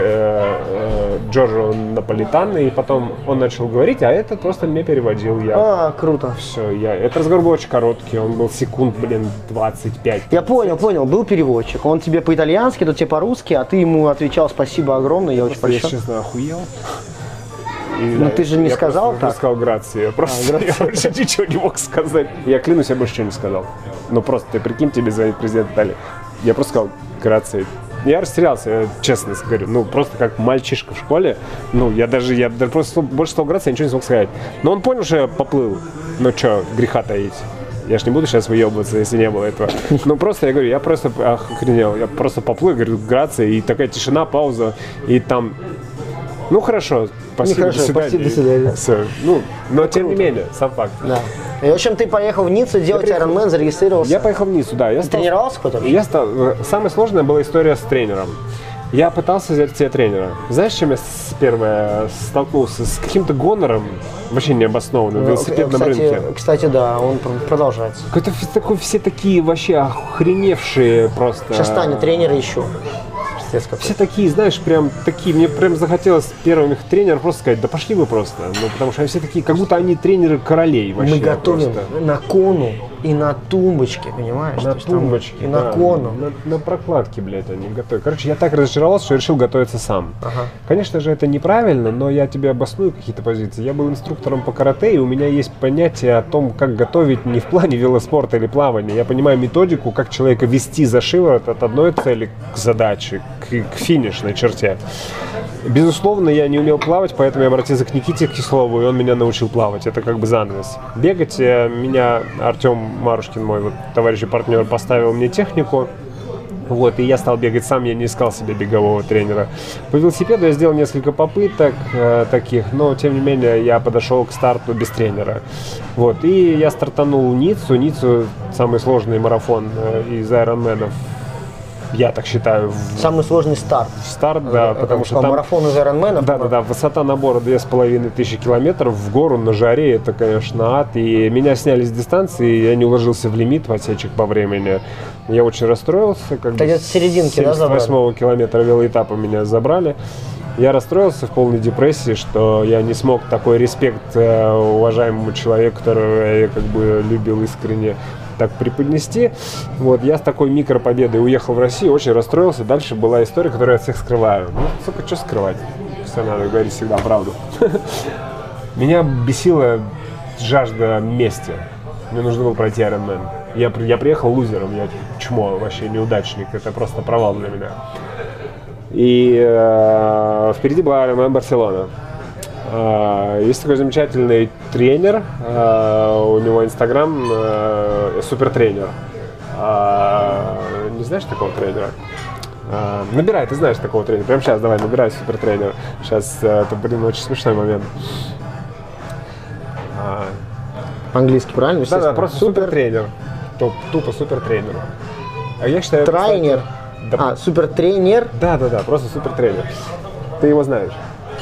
э, Джорджо Наполитано, и потом он начал говорить, а это просто мне переводил я. А, круто. Все, я. Этот разговор был очень короткий, он был секунд, блин, двадцать пять. Я понял, понял, был переводчик. Он тебе по-итальянски, тот тебе по-русски, а ты ему отвечал спасибо огромное, я очень польщен. польщен. Я, честно, охуел. И, ну да, ты же не я сказал так? Я сказал грации, я просто а, я больше ничего не мог сказать. Я клянусь, я больше ничего не сказал. Ну просто, ты прикинь, тебе звонит президент Италии. Я просто сказал грации. Я растерялся, я честно говорю, ну просто как мальчишка в школе, ну я даже, я даже просто больше стал грации, я ничего не смог сказать. Но он понял, что я поплыл, ну что, греха таить. Я ж не буду сейчас выебываться, если не было этого. Ну просто, я говорю, я просто охренел, я просто поплыл, говорю, грация, и такая тишина, пауза, и там... Ну хорошо, спасибо, хорошо, до свидания. Спасибо, до свидания. Все. Ну, но тем не менее, сам факт. Да. И, в общем, ты поехал в Ниццу делать Ironman, зарегистрировался? Я поехал в Ниццу, да. Я стал... Тренировался потом? Я стал... Самая сложная была история с тренером. Я пытался взять себе тренера. Знаешь, чем я с... первое столкнулся? С каким-то гонором, вообще необоснованным, в велосипедном кстати, рынке. Кстати, да, он продолжается. Какой-то такой, все такие вообще охреневшие просто. Сейчас станет тренеры еще. Все такие, знаешь, прям такие, мне прям захотелось первым их тренеров просто сказать, да пошли вы просто, ну потому что они все такие, как будто они тренеры королей вообще. Мы готовим просто. На кону и на тумбочке, понимаешь? На тумбочке, и да, на кону. На, на прокладке, блядь, они готовят. Короче, я так разочаровался, что решил готовиться сам. Ага. Конечно же, это неправильно, но я тебе обосную какие-то позиции. Я был инструктором по карате, и у меня есть понятие о том, как готовить не в плане велоспорта или плавания. Я понимаю методику, как человека вести за шиворот от одной цели к задаче, к, к финишной черте. Безусловно, я не умел плавать, поэтому я обратился к Никите Кислову, и он меня научил плавать. Это как бы занавес. Бегать меня Артем Марушкин, мой вот товарищ и партнер, поставил мне технику. Вот, и я стал бегать сам, я не искал себе бегового тренера. По велосипеду я сделал несколько попыток э, таких, но тем не менее я подошел к старту без тренера. Вот, и я стартанул Ниццу. Ниццу самый сложный марафон э, из айронменов. Я так считаю. Самый сложный старт. Старт, да, это, потому это, что там... Марафон из Ironman. Да, да, да, высота набора две с половиной тысячи километров в гору на жаре, это, конечно, ад. И меня сняли с дистанции, я не уложился в лимит в отсечек по времени. Я очень расстроился. Как бы с серединки, да, забрали? семьдесят восьмого километра велоэтапа меня забрали. Я расстроился в полной депрессии, что я не смог такой респект уважаемому человеку, которого я как бы любил искренне, так преподнести. Вот, я с такой микропобедой уехал в Россию, очень расстроился. Дальше была история, которую я от всех скрываю. Ну, сука, что скрывать? Все надо говорить всегда правду. Меня бесила жажда мести. Мне нужно было пройти Ironman. Я, я приехал лузером, я чмо, вообще неудачник. Это просто провал для меня. И э, впереди была Ironman Барселона. А, есть такой замечательный тренер, а, у него инстаграм а, супертренер. А, не знаешь такого тренера? А, набирай, ты знаешь такого тренера. Прямо сейчас давай, набирай супертренера. Сейчас, это, блин, очень смешной момент. А, По-английски, правильно? да, да, просто Супер. супертренер. Туп, тупо супертренер. А я считаю... Трайнер. Да. А, супертренер. Да, да, да, просто супертренер. Ты его знаешь.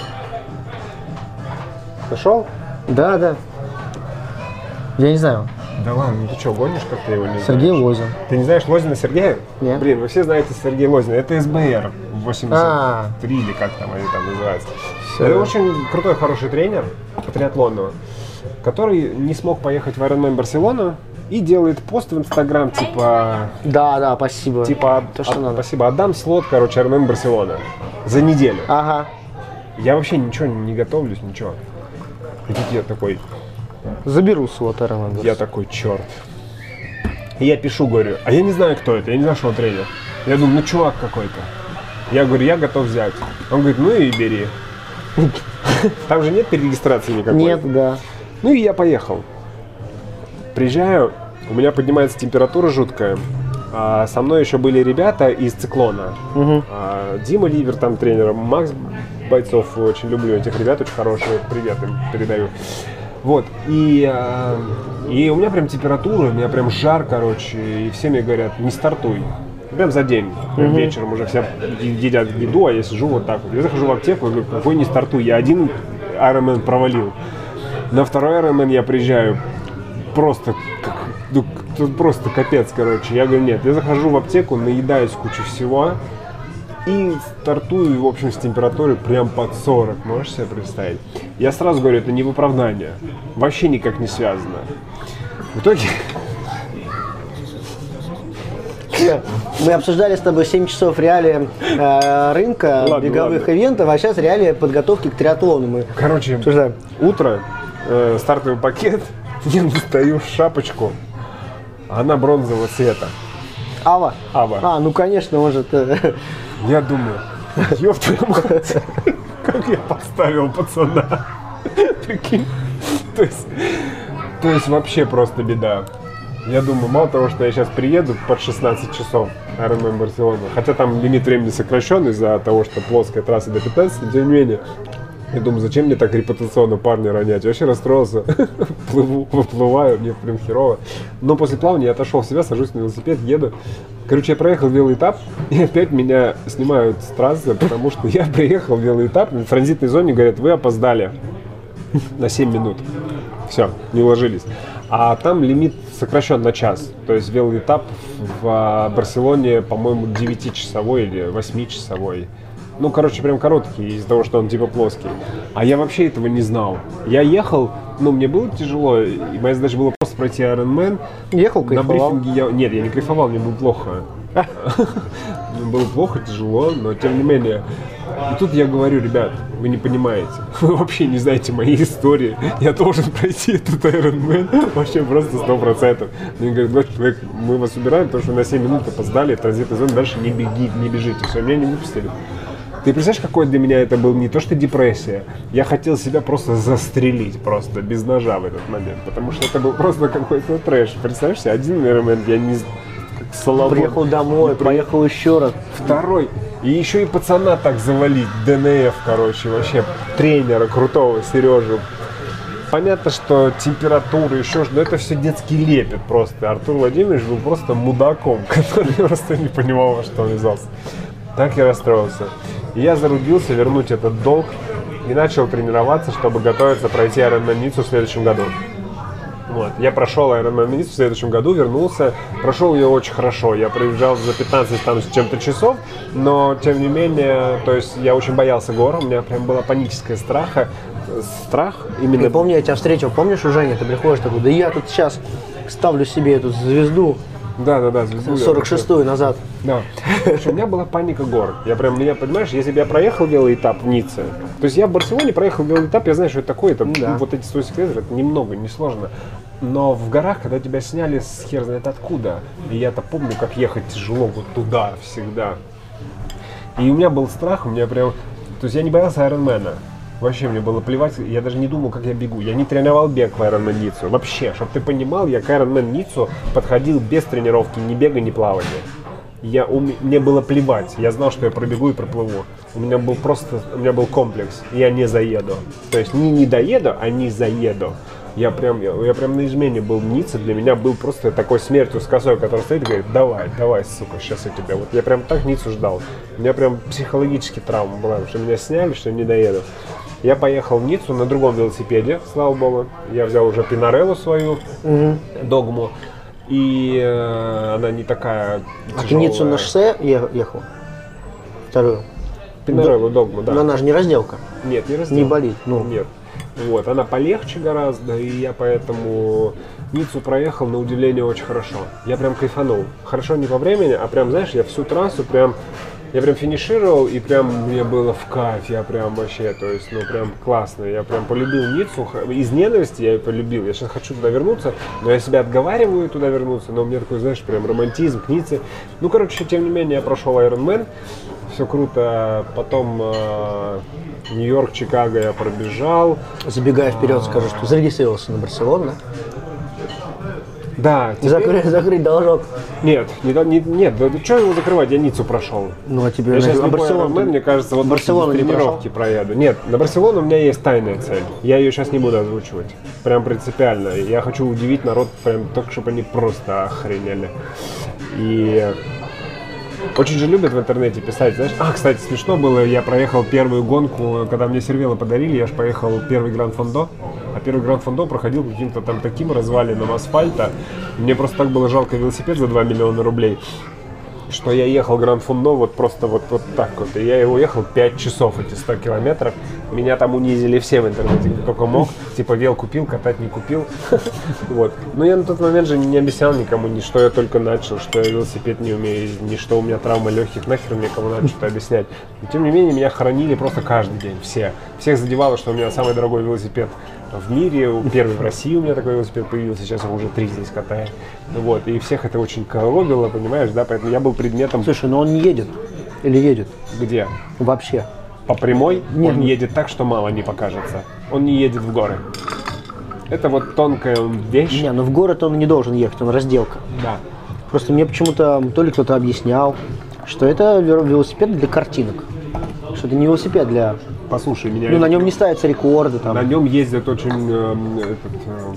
Нашел? Да, да. Я не знаю. Да ладно, ну ты что, гонишь, как ты его не знаешь? Сергей Лозин. Ты не знаешь Лозина Сергея? Нет. Блин, вы все знаете Сергея Лозина. Это СБР восемьдесят три А. или как там они там называются. Всё. Это очень крутой, хороший тренер по триатлону, который не смог поехать в Ironman Барселону и делает пост в Инстаграм типа... Да, да, спасибо. Типа, То, что «А- надо. спасибо, отдам слот, короче, Ironman Барселона за неделю. Ага. Я вообще ничего не готовлюсь, ничего. И тут я такой, Заберу слот Ironman. я такой, черт. И я пишу, говорю, а я не знаю, кто это, я не знаю, что он тренер. Я думаю, ну чувак какой-то. Я говорю, я готов взять. Он говорит, ну и бери. Там же нет перерегистрации никакой. Нет, да. Ну и я поехал. Приезжаю, у меня поднимается температура жуткая. А со мной еще были ребята из Циклона. Угу. А, Дима Ливер там тренер, Макс Бойцов, очень люблю этих ребят, очень хорошие, привет им передаю. Вот, и, а, и у меня прям температура, у меня прям жар, короче, и все мне говорят, не стартуй. Прям за день, прям вечером уже все едят еду, а я сижу вот так вот. Я захожу в аптеку, говорю, какой не стартуй, я один Ironman провалил. На второй Ironman я приезжаю, просто, как, ну, тут просто капец, короче. Я говорю, нет, я захожу в аптеку, наедаюсь кучу всего и стартую, в общем, с температурой прям под сорок, можешь себе представить? Я сразу говорю, это не в оправдание, вообще никак не связано. В итоге... Мы обсуждали с тобой семь часов реалии э, рынка, Ладно, беговых ладно. ивентов, а сейчас реалии подготовки к триатлону. Мы Короче, обсуждаем. утро, э, стартовый пакет, я достаю шапочку, она бронзового цвета. Ава. Ава. А, ну конечно, он же... э, Я думаю, ёб твою мать, как я подставил пацана. Прикинь. То есть, то есть вообще просто беда. Я думаю, мало того, что я сейчас приеду под шестнадцать часов Ironman Барселона, хотя там лимит времени сокращен из-за того, что плоская трасса до пятнадцати, тем не менее, я думаю, зачем мне так репутационно парня ронять? Я вообще расстроился, плыву, выплываю, мне прям херово. Но после плавания я отошел в себя, сажусь на велосипед, еду. Короче, я проехал велоэтап, и опять меня снимают с трассы, потому что я приехал в велоэтап, в транзитной зоне говорят, вы опоздали на семь минут. Все, не уложились. А там лимит сокращен на час. То есть велоэтап в Барселоне, по-моему, девятичасовой или восьмичасовой. Ну, короче, прям короткий, из-за того, что он типа плоский. А я вообще этого не знал. Я ехал, ну, мне было тяжело, и моя задача была просто пройти Ironman. Ехал, На кайфовал. брифинге я... Нет, я не кайфовал, мне было плохо. Мне было плохо, тяжело, но тем не менее. И тут я говорю, ребят, вы не понимаете, вы вообще не знаете моей истории, я должен пройти этот Ironman, вообще просто сто процентов. Мне говорят, два человека, мы вас убираем, потому что на семь минут опоздали, в транзитной зоне, дальше не беги, не бежите, все, меня не выпустили. Ты представляешь, какой для меня это был не то что депрессия, я хотел себя просто застрелить, просто без ножа в этот момент, потому что это был просто какой-то трэш. Представляешь себе, один Ironman, я не... Соловон. Приехал домой, поехал еще раз. Второй. И еще и пацана так завалить, ДНФ, короче, вообще тренера крутого, Сережу. Понятно, что температура, еще что, но это все детский лепет просто. Артур Владимирович был просто мудаком, который просто не понимал, во что он ввязался. Так я расстроился. И я зарубился вернуть этот долг и начал тренироваться, чтобы готовиться пройти Ironman Ниццу в следующем году. Вот. Я прошел Ironman Ниццу в следующем году, вернулся, прошел ее очень хорошо. Я проезжал за пятнадцать там с чем-то часов, но тем не менее, то есть я очень боялся гор, у меня прям была паническая страха, страх именно. Я помню, я тебя встретил, помнишь, у Жени, ты приходишь такой, да я тут сейчас ставлю себе эту звезду Да, да, да, звезду. сорок шестую назад. Да. Короче, у меня была паника гор. Я прям, меня, понимаешь, если бы я проехал велоэтап в Ницце, то есть я в Барселоне проехал велоэтап, я знаю, что это такое, это Да. вот эти сто километров, это немного, не сложно. Но в горах, когда тебя сняли с хер знает откуда, и я-то помню, как ехать тяжело вот туда всегда. И у меня был страх, у меня прям, то есть я не боялся Айронмена, Вообще мне было плевать, я даже не думал, как я бегу. Я не тренировал бег в Ironman Ниццу. Вообще, чтобы ты понимал, я к Ironman Ниццу подходил без тренировки, ни бега, ни плавания. Я, у, мне было плевать, я знал, что я пробегу и проплыву. У меня был просто, у меня был комплекс, я не заеду. То есть не не доеду, а не заеду. Я прям, я, я прям на измене был. Ницца для меня был просто такой смертью с косой, который стоит и говорит: давай, давай, сука, сейчас я тебя. Вот я прям так Ниццу ждал. У меня прям психологически травма была, что меня сняли, что я не доеду. Я поехал в Ниццу на другом велосипеде, слава богу. Я взял уже Пинареллу свою, угу. Догму. И э, она не такая тяжелая. А ты Ниццу на шоссе ехал? Вторую? Пинареллу, Догму, да. Но она же не разделка. Нет, не разделка. Не болит, ну. Нет. Вот, она полегче гораздо, и я поэтому Ниццу проехал, на удивление, очень хорошо. Я прям кайфанул. Хорошо не по времени, а прям, знаешь, я всю трассу прям, я прям финишировал, и прям мне было в кайф, я прям вообще, то есть, ну, прям классно. Я прям полюбил Ниццу, из ненависти я ее полюбил. Я сейчас хочу туда вернуться, но я себя отговариваю туда вернуться, но у меня такой, знаешь, прям романтизм к Ницце. Ну, короче, тем не менее, я прошел Ironman, все круто, потом э, Нью-Йорк, Чикаго я пробежал. Забегая вперед, скажу, что зарегистрировался на Барселону, да? Да. Теперь... Закрыть, закрыть должок. Нет, не, не, нет, да, да что его закрывать, я Ниццу прошел. Ну а тебе я сейчас на Барселону, ты... мне кажется, вот Барселону без тренировки проеду. Нет, на Барселону у меня есть тайная цель. Я ее сейчас не буду озвучивать. Прям принципиально. Я хочу удивить народ, прям так, чтобы они просто охренели. И очень же любят в интернете писать, знаешь. А, кстати, смешно было, я проехал первую гонку, когда мне Cervelo подарили, я же поехал первый Гран Фондо. А первый Гран Фондо проходил каким-то там таким развалином асфальта. Мне просто так было жалко велосипед за два миллиона рублей, что я ехал Гран Фондо вот просто вот, вот так вот. И я его ехал пять часов, эти сто километров. Меня там унизили все в интернете, кто только мог. Типа вел купил, катать не купил. Вот. Но я на тот момент же не объяснял никому, ни что я только начал, что я велосипед не умею, ни что у меня травма легких, нахер мне кому надо что-то объяснять. Но тем не менее, меня хоронили просто каждый день, все. Всех задевало, что у меня самый дорогой велосипед в мире, первый в России у меня такой велосипед появился, сейчас я уже три здесь катаю. Вот, и всех это очень коробило, понимаешь, да, поэтому я был предметом... Слушай, но он не едет? Или едет? Где? Вообще. По прямой? Нет, он ну... едет так, что мало не покажется. Он не едет в горы. Это вот тонкая вещь. Не, ну в город он не должен ехать, он разделка. Да. Просто мне почему-то то ли кто-то объяснял, что это велосипед для картинок. Что это не велосипед для... Послушай меня. Ну, на нем не ставятся рекорды там. На нем ездят очень... Э, этот, э,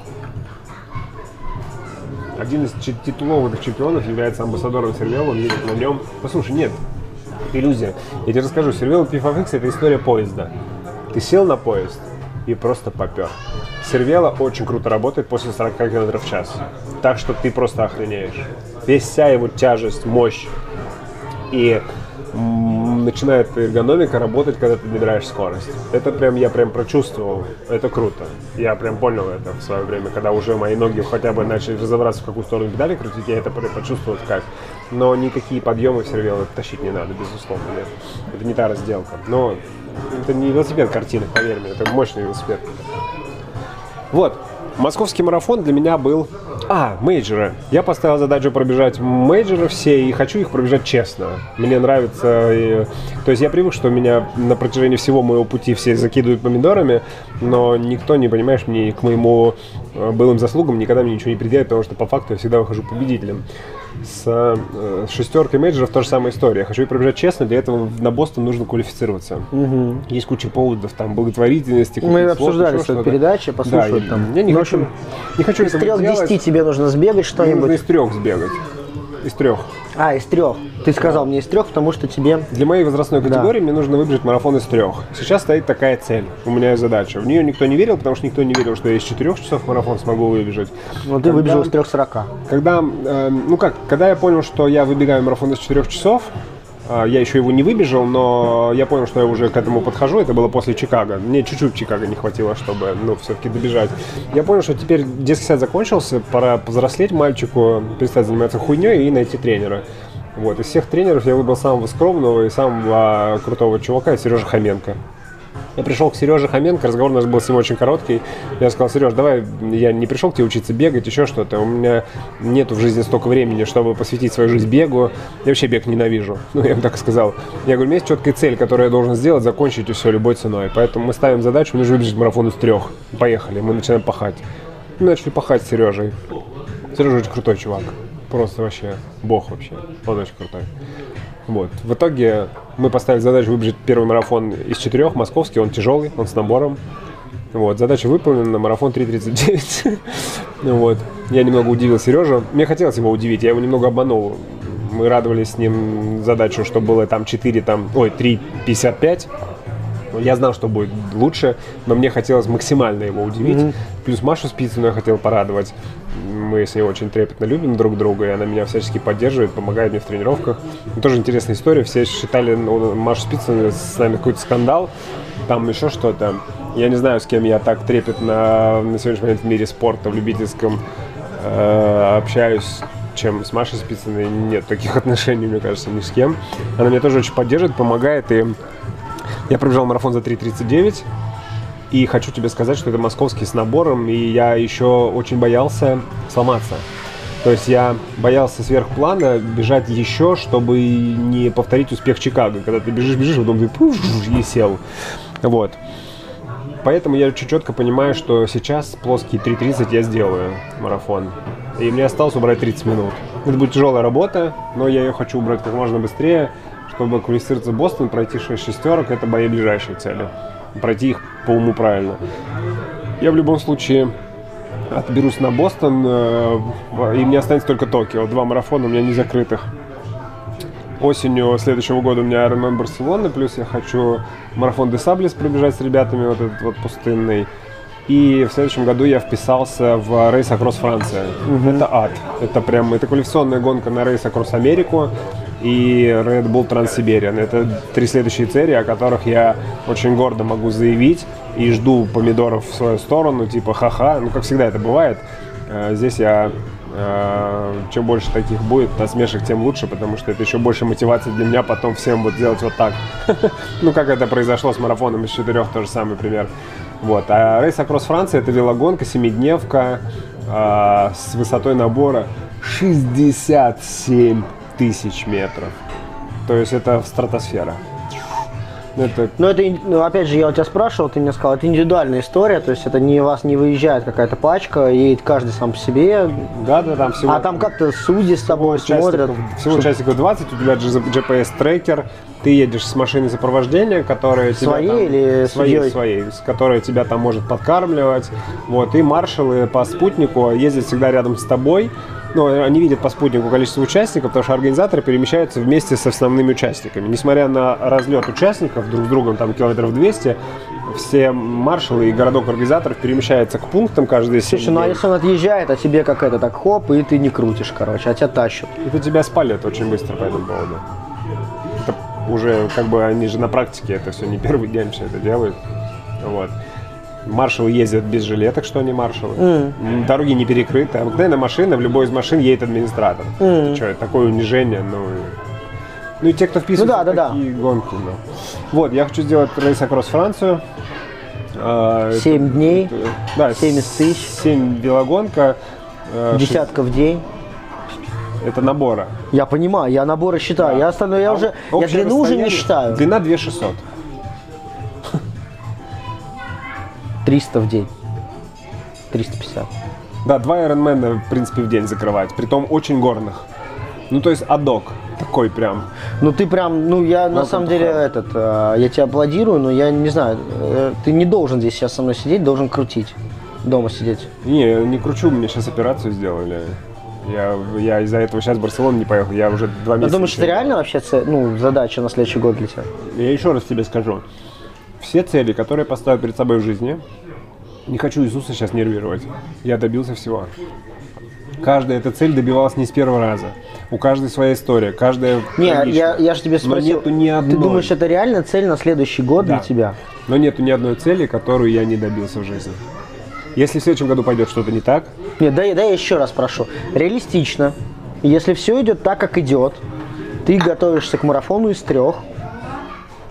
один из титулованных чемпионов является амбассадором Cervelo, он едет на нем. Послушай, нет, иллюзия. Я тебе расскажу, Cervelo пи эф эф икс это история поезда. Ты сел на поезд и просто попер. Cervelo очень круто работает после сорок километров в час. Так что ты просто охренеешь. Весь вся его тяжесть, мощь. И м- начинает эргономика работать, когда ты набираешь скорость. Это прям я прям прочувствовал. Это круто. Я прям понял это в свое время, когда уже мои ноги хотя бы начали разобраться, в какую сторону педали крутить, я это почувствовал как. Но никакие подъемы в Cervelo тащить не надо, безусловно, нет. Это не та разделка. Но это не велосипед картинок, поверь мне, это мощный велосипед. Вот. Московский марафон для меня был... А, мейджоры. Я поставил задачу пробежать мейджоры все и хочу их пробежать честно. Мне нравится... И... То есть я привык, что меня на протяжении всего моего пути все закидывают помидорами, но никто, не понимаешь, мне к моему былым заслугам никогда мне ничего не предъявит, потому что по факту я всегда выхожу победителем. С, э, с шестеркой мейджоров та же самая история. Я хочу их пробежать честно, для этого на Бостон нужно квалифицироваться. Угу. Есть куча поводов, там, благотворительности. Мы обсуждали в передаче, послушали да, там. Я не, ну, хочу, общем, не хочу из трех десяти тебе нужно сбегать что-нибудь. Нужно из трех сбегать. Из трех. А, из трех. Ты сказал мне из трех, потому что тебе... Для моей возрастной категории да. мне нужно выбежать марафон из трех. Сейчас стоит такая цель. У меня есть задача. В нее никто не верил, потому что никто не верил, что я из четырех часов марафон смогу выбежать. Но ты когда, выбежал из трех сорока. Когда, э, ну как, когда я понял, что я выбегаю марафон из четырех часов, э, я еще его не выбежал, но я понял, что я уже к этому подхожу. Это было после Чикаго. Мне чуть-чуть Чикаго не хватило, чтобы, ну, все-таки добежать. Я понял, что теперь детский сад закончился, пора повзрослеть мальчику, перестать заниматься хуйней и найти тренера. Вот. Из всех тренеров я выбрал самого скромного и самого крутого чувака, Сережа Хоменко. Я пришел к Сереже Хоменко, разговор у нас был с ним очень короткий. Я сказал: Сереж, давай, я не пришел к тебе учиться бегать, еще что-то. У меня нету в жизни столько времени, чтобы посвятить свою жизнь бегу. Я вообще бег ненавижу. Ну, я ему так и сказал. Я говорю, у меня есть четкая цель, которую я должен сделать, закончить и все любой ценой. Поэтому мы ставим задачу, мне нужно выбежать марафон из трех. Поехали, мы начинаем пахать. Мы начали пахать с Сережей. Сережа очень крутой чувак. Просто вообще бог вообще. Он очень крутой. Вот. В итоге мы поставили задачу выбежать первый марафон из четырех, московский, он тяжелый, он с набором. Вот. Задача выполнена, марафон три тридцать девять. Вот. Я немного удивил Сережу. Мне хотелось его удивить, я его немного обманул. Мы радовались с ним задачу, что было там четыре, там, ой, три пятьдесят пять. Я знал, что будет лучше, но мне хотелось максимально его удивить. Mm-hmm. Плюс Машу Спицыну я хотел порадовать. Мы с ней очень трепетно любим друг друга, и она меня всячески поддерживает, помогает мне в тренировках. И тоже интересная история. Все считали ну, Машу Спицыну с нами какой-то скандал, там еще что-то. Я не знаю, с кем я так трепетно на сегодняшний момент в мире спорта, в любительском, э, общаюсь, чем с Машей Спицыной. Нет таких отношений, мне кажется, ни с кем. Она меня тоже очень поддерживает, помогает, и я пробежал марафон за три тридцать девять. И хочу тебе сказать, что это московский с набором, и я еще очень боялся сломаться. То есть я боялся сверх плана бежать еще, чтобы не повторить успех Чикаго. Когда ты бежишь, бежишь, потом ты пуш, и сел. Вот. Поэтому я очень четко понимаю, что сейчас плоский три тридцать я сделаю марафон. И мне осталось убрать тридцать минут. Это будет тяжелая работа, но я ее хочу убрать как можно быстрее, чтобы квалифицироваться в Бостон, пройти шесть шестерок. Это мои ближайшие цели. Пройти их по уму правильно. Я в любом случае отберусь на Бостон, э, и мне останется только Токио. Два марафона у меня не закрытых. Осенью следующего года у меня Ironman Барселона, плюс я хочу марафон де Саблес пробежать с ребятами, вот этот вот пустынный. И в следующем году я вписался в Race Across Франция. Mm-hmm. Это ад. Это прям, это квалификационная гонка на Race Across Америку и Red Bull Trans-Siberian. Это три следующие цели, о которых я очень гордо могу заявить и жду помидоров в свою сторону, типа ха-ха. Ну, как всегда это бывает. Здесь я, чем больше таких будет насмешек, тем лучше, потому что это еще больше мотивации для меня потом всем вот делать вот так. Ну, как это произошло с марафоном из четырех, тот же самый пример. Вот. А Race Across Франция — это велогонка, семидневка с высотой набора шестьдесят семь тысяч метров. То есть это стратосфера. Это... Но это, ну, опять же, я у тебя спрашивал, ты мне сказал, это индивидуальная история, то есть это не у вас не выезжает какая-то пачка, едет каждый сам по себе. Да, да, там всего. А там как-то судьи с тобой смотрят. Всего участников двадцать, у тебя джи пи эс-трекер, ты едешь с машиной сопровождения, которая своей тебя там, или своей, своей, которая тебя там может подкармливать. Вот, и маршалы по спутнику ездят всегда рядом с тобой. Ну, они видят по спутнику количество участников, потому что организаторы перемещаются вместе с основными участниками. Несмотря на разлет участников друг с другом, там километров двести, все маршалы и городок организаторов перемещаются к пунктам каждый семь Слушай, ну а если он отъезжает, а тебе как это, так хоп, и ты не крутишь, короче, а тебя тащат. Это тебя спалят очень быстро по этому поводу. Это уже, как бы, они же на практике это все не первый день все это делают. Вот. Маршалы ездят без жилеток, что они маршалы. Mm. Дороги не перекрыты. Обыкновенная машина, в любой из машин едет администратор. Mm. Это что, это такое унижение. Ну, ну и те, кто вписывается ну, да, в такие да, да. гонки. Ну. Вот, я хочу сделать Race Across Францию. Семь это, дней, это, да, семьдесят тысяч. Семь велогонка. Десятка в день. Это набора. Я понимаю, я наборы считаю. Да. Я остальное, я а уже, я длину уже не считаю. Длина две тысячи шестьсот. триста в день. триста пятьдесят. Да, два Ironman, в принципе, в день закрывать. Притом очень горных. Ну, то есть адок. Такой прям. Ну, ты прям, ну, я ну, на самом деле, храм. этот, э, я тебя аплодирую, но я не знаю, э, ты не должен здесь сейчас со мной сидеть, должен крутить. Дома сидеть. Не, я не кручу, мне сейчас операцию сделали. Я, я из-за этого сейчас в Барселону не поехал, я уже два месяца. А думаешь, это реально вообще ну, задача на следующий год для тебя? Я еще раз тебе скажу. Все цели, которые поставил перед собой в жизни, не хочу Иисуса сейчас нервировать, я добился всего. Каждая эта цель добивалась не с первого раза. У каждой своя история, каждая... Не, я, я же тебе спросил, нету ни одной. Ты думаешь, это реально цель на следующий год да. для тебя? Но нету ни одной цели, которую я не добился в жизни. Если в следующем году пойдет что-то не так... Нет, дай, дай я еще раз прошу. Реалистично, если все идет так, как идет, ты готовишься к марафону из трех,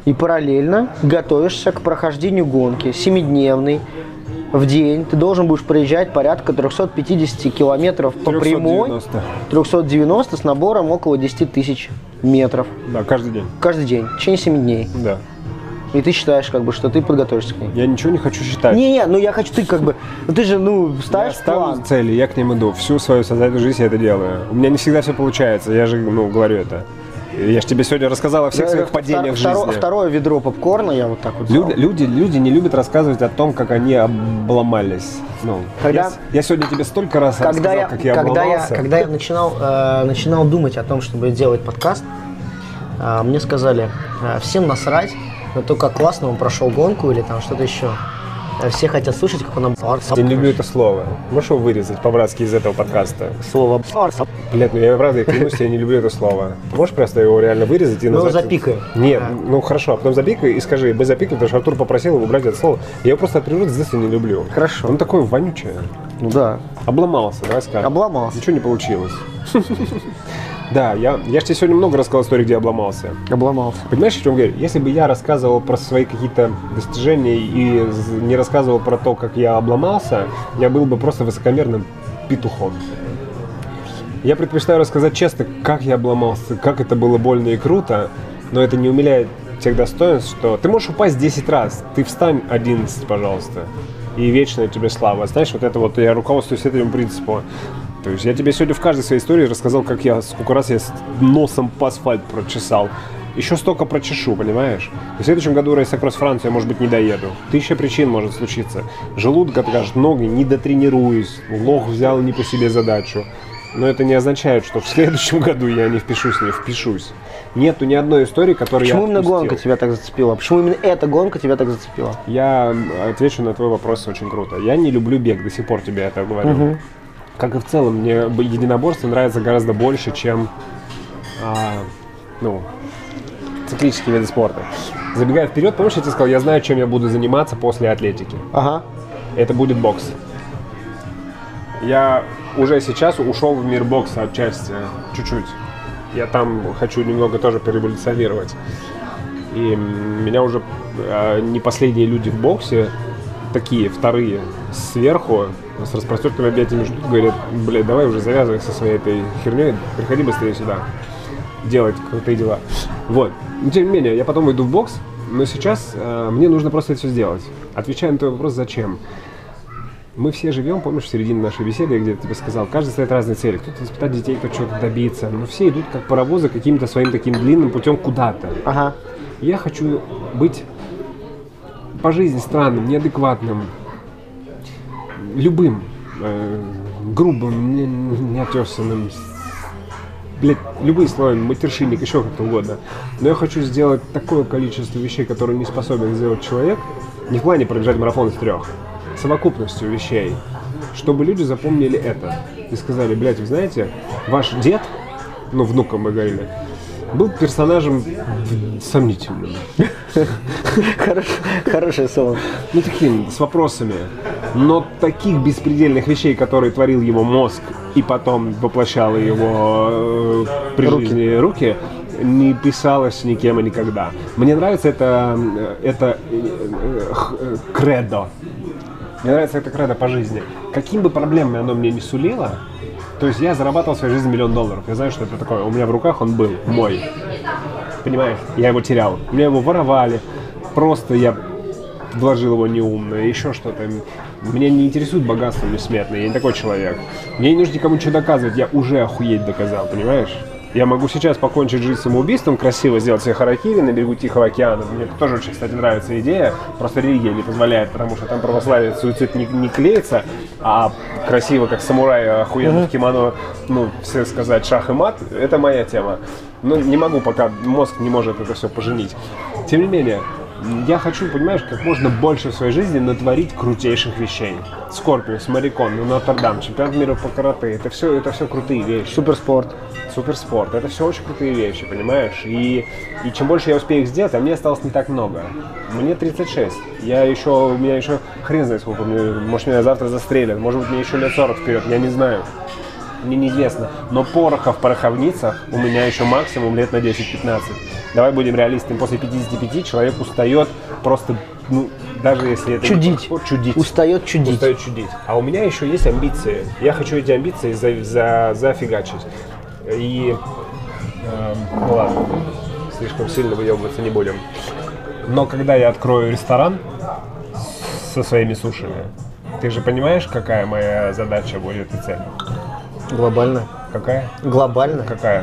и параллельно готовишься к прохождению гонки семидневной. В день ты должен будешь проезжать порядка триста пятьдесят километров по прямой, триста девяносто с набором около десять тысяч метров. Да, каждый день. Каждый день, в течение семи дней. Да. И ты считаешь, как бы, что ты подготовишься к ней. Я ничего не хочу считать. Не-не, ну я хочу, ты как бы, ну ты же, ну, ставишь Я ставлю план. цели, я к ним иду. Всю свою сознательную жизнь я это делаю. У меня не всегда все получается, я же, ну, говорю это. Я же тебе сегодня рассказал о всех своих падениях в жизни. Второе, второе ведро попкорна я вот так вот Люди, люди, люди не любят рассказывать о том, как они обломались. Ну, Когда- я, я сегодня тебе столько раз Когда рассказал, я, как я когда я, обломался. когда я начинал, э, начинал думать о том, чтобы делать подкаст, э, мне сказали, э, всем насрать на то, как классно он прошел гонку или там что-то еще. Э, Все хотят слушать, как он Я не люблю это слово. Можешь его вырезать по-братски из этого подкаста? слово. Блядь, ну я правда, я клянусь, я не люблю это слово. Можешь просто его реально вырезать и Ну, назвать? запикай. Нет, Да. ну хорошо, а потом запикай и скажи, без запикай, потому что Артур попросил его убрать это слово. Я его просто от природы с детства не люблю. Хорошо. Он такой вонючий. Ну да, Обломался, давай скажем. обломался. Ничего не получилось. Да, я, я же тебе сегодня много рассказал историй, где обломался. Обломался. Понимаешь, о чем говорю? Если бы я рассказывал про свои какие-то достижения и з- не рассказывал про то, как я обломался, я был бы просто высокомерным петухом. Я предпочитаю рассказать честно, как я обломался, как это было больно и круто, но это не умаляет тех достоинств, что ты можешь упасть десять раз, ты встань одиннадцать, пожалуйста, и вечная тебе слава. Знаешь, вот это вот, я руководствуюсь этим принципом. То есть я тебе сегодня в каждой своей истории рассказал, как я, сколько раз я с носом по асфальт прочесал. Еще столько прочешу, понимаешь? И в следующем году Race Across Францию я, может быть, не доеду. Тысяча причин может случиться. Желудок откажет, ноги, не дотренируюсь, лох взял не по себе задачу. Но это не означает, что в следующем году я не впишусь, не впишусь. Нету ни одной истории, которую Почему я именно отпустил. гонка тебя так зацепила? Почему именно эта гонка тебя так зацепила? Я отвечу на твой вопрос очень круто. Я не люблю бег, до сих пор тебе это говорю. Мгм. Как и в целом, мне единоборство нравится гораздо больше, чем а, ну, циклические виды спорта. Забегая вперед, помнишь, я тебе сказал, я знаю, чем я буду заниматься после атлетики. Ага. Это будет бокс. Я уже сейчас ушел в мир бокса отчасти, чуть-чуть. Я там хочу немного тоже пореволюционировать. И м, меня уже э, не последние люди в боксе, такие вторые, сверху, с распростертыми объятиями ждут, говорят, блядь, давай уже завязывай со своей этой херней, приходи быстрее сюда, делать крутые дела. Вот. Но тем не менее, я потом иду в бокс, но сейчас э, мне нужно просто это все сделать. Отвечая на твой вопрос, зачем? Мы все живем, помнишь, в середине нашей беседы, я где-то тебе сказал, каждый ставит разные цели. Кто-то воспитать детей, кто-то что-то добиться. Но все идут как паровозы каким-то своим таким длинным путем куда-то. Ага. Я хочу быть по жизни странным, неадекватным, любым, э, грубым, не- неотесанным, блядь, любые слова, матершинник, еще как-то угодно. Но я хочу сделать такое количество вещей, которые не способен сделать человек, не в плане пробежать марафон из трех, совокупностью вещей, чтобы люди запомнили это и сказали, блядь, вы знаете, ваш дед, ну, внукам мы говорили, был персонажем сомнительным. Хорош- Хорошее слово. Ну, таким, с вопросами. Но таких беспредельных вещей, которые творил его мозг и потом воплощал его э, при Руки. жизни руки, не писалось никем и никогда. Мне нравится это, э, это э, э, х- э, кредо. Мне нравится это кредо по жизни. Каким бы проблемами оно мне не сулило, то есть я зарабатывал в своей жизни миллион долларов. Я знаю, что это такое. У меня в руках он был мой. Понимаешь? Я его терял. Меня его воровали. Просто я вложил его неумно. Еще что-то. Меня не интересует богатство бессмертное. Я не такой человек. Мне не нужно никому ничего доказывать. Я уже охуеть доказал. Понимаешь? Я могу сейчас покончить жизнь самоубийством, красиво сделать себе харакири на берегу Тихого океана. Мне это тоже очень, кстати, нравится идея. Просто религия не позволяет, потому что там православие суицид не, не клеится, а красиво, как самурай охуенно в кимоно, ну, все сказать шах и мат, это моя тема. Но не могу, пока мозг не может это все поженить. Тем не менее, я хочу, понимаешь, как можно больше в своей жизни натворить крутейших вещей. Скорпиус, Марикон, Нотр-Дам, чемпионат мира по карате. Это все, это все крутые вещи. Суперспорт. Суперспорт. Это все очень крутые вещи, понимаешь? И, и чем больше я успею их сделать, а мне осталось не так много. Мне тридцать шесть. Я еще, у меня еще хрен знает сколько. Мне, может, меня завтра застрелят. Может быть, мне еще лет сорок вперед. Я не знаю. мне неизвестно. Но пороха в пороховницах у меня еще максимум лет на десять-пятнадцать. Давай будем реалистами. После пятидесяти пяти человек устает просто, ну, даже если это... Чудить. Не, чудить. Устает чудить. Устает чудить. А у меня еще есть амбиции. Я хочу эти амбиции за, за, зафигачить. И... Э, ну ладно, слишком сильно выебываться не будем. Но когда я открою ресторан со своими сушами, ты же понимаешь, какая моя задача будет и цель? Глобально. Какая? Глобально. Какая?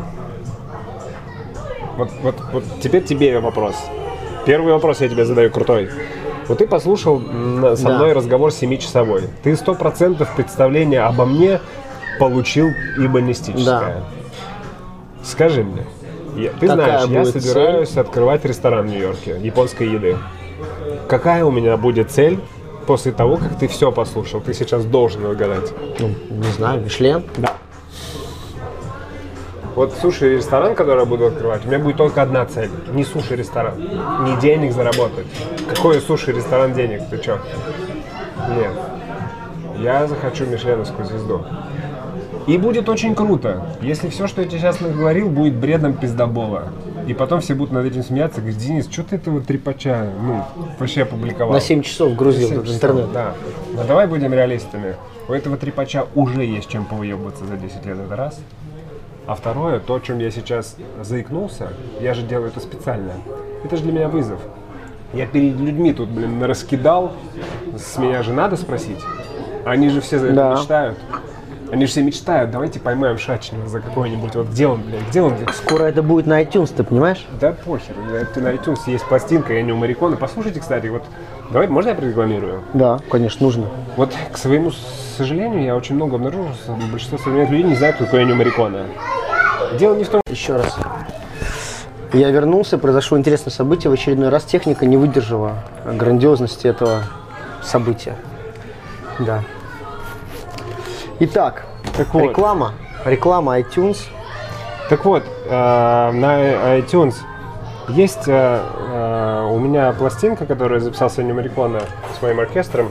Вот, вот, вот теперь тебе вопрос. Первый вопрос я тебе задаю крутой. Вот ты послушал со Да. мной разговор семичасовой. Ты сто процентов представление обо мне получил ибонистическое. Да. Скажи мне, я, ты Какая знаешь, я будет собираюсь открывать ресторан в Нью-Йорке японской еды. Какая у меня будет цель после того, как ты все послушал? Ты сейчас должен угадать. Ну, не знаю, Мишлен. Да. Вот суши-ресторан, который я буду открывать, у меня будет только одна цель. Не суши-ресторан. Не денег заработать. Какой суши-ресторан денег? Ты чё? Нет. Я захочу мишленовскую звезду. И будет очень круто, если все, что я тебе сейчас наговорил, будет бредом пиздобола. И потом все будут над этим смеяться, говорят: Денис, что ты этого трепача, ну, вообще опубликовал? На семь часов грузил семь в часов, интернет. Да. Но давай будем реалистами. У этого трепача уже есть чем повыебываться за десять лет, это раз. А второе, то, о чем я сейчас заикнулся, я же делаю это специально. Это же для меня вызов. Я перед людьми тут, блин, раскидал. С меня же надо спросить. Они же все за это Да. мечтают. Они же все мечтают, давайте поймаем Шачнева за какой-нибудь, вот где он, блядь, где он? Скоро это будет на iTunes, ты понимаешь? Да похер, ты на iTunes есть пластинка Эннио Морриконе. Послушайте, кстати, вот, давай, можно я прорекламирую? Да, конечно, нужно. Вот, к своему сожалению, я очень много обнаружил, что большинство современных людей не знают, кто такой Эннио Морриконе. Дело не в том, Еще раз. Я вернулся, произошло интересное событие. В очередной раз техника не выдержала грандиозности этого события. Да. Итак, Так вот. реклама. Реклама iTunes. Так вот, э, на iTunes есть э, э, у меня пластинка, которую я записал с Эннио Морриконе с моим оркестром.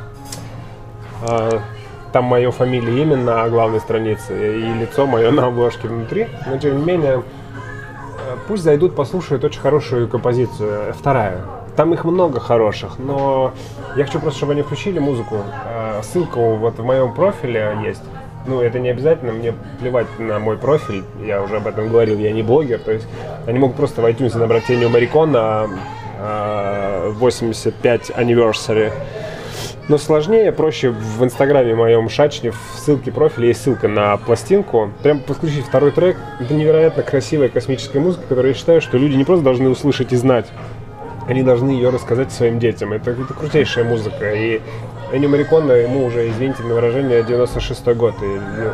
Э, там мое фамилия имя на главной странице и лицо мое на обложке внутри. Но тем не менее, э, пусть зайдут, послушают очень хорошую композицию. Вторая. Там их много хороших, но я хочу просто, чтобы они включили музыку. Э, ссылка вот в моем профиле есть. Ну, это не обязательно, мне плевать на мой профиль, я уже об этом говорил, я не блогер, то есть они могут просто в iTunes набрать Эннио Морриконе восемьдесят пять anniversary. Но сложнее, проще в инстаграме моем Шачни, в ссылке профиля есть ссылка на пластинку. Прям подключить второй трек. Это невероятно красивая космическая музыка, которую я считаю, что люди не просто должны услышать и знать, они должны ее рассказать своим детям. Это, это крутейшая музыка. И Эннио Морриконе, ему уже, извините на выражение, девяносто шестой год. И, ну,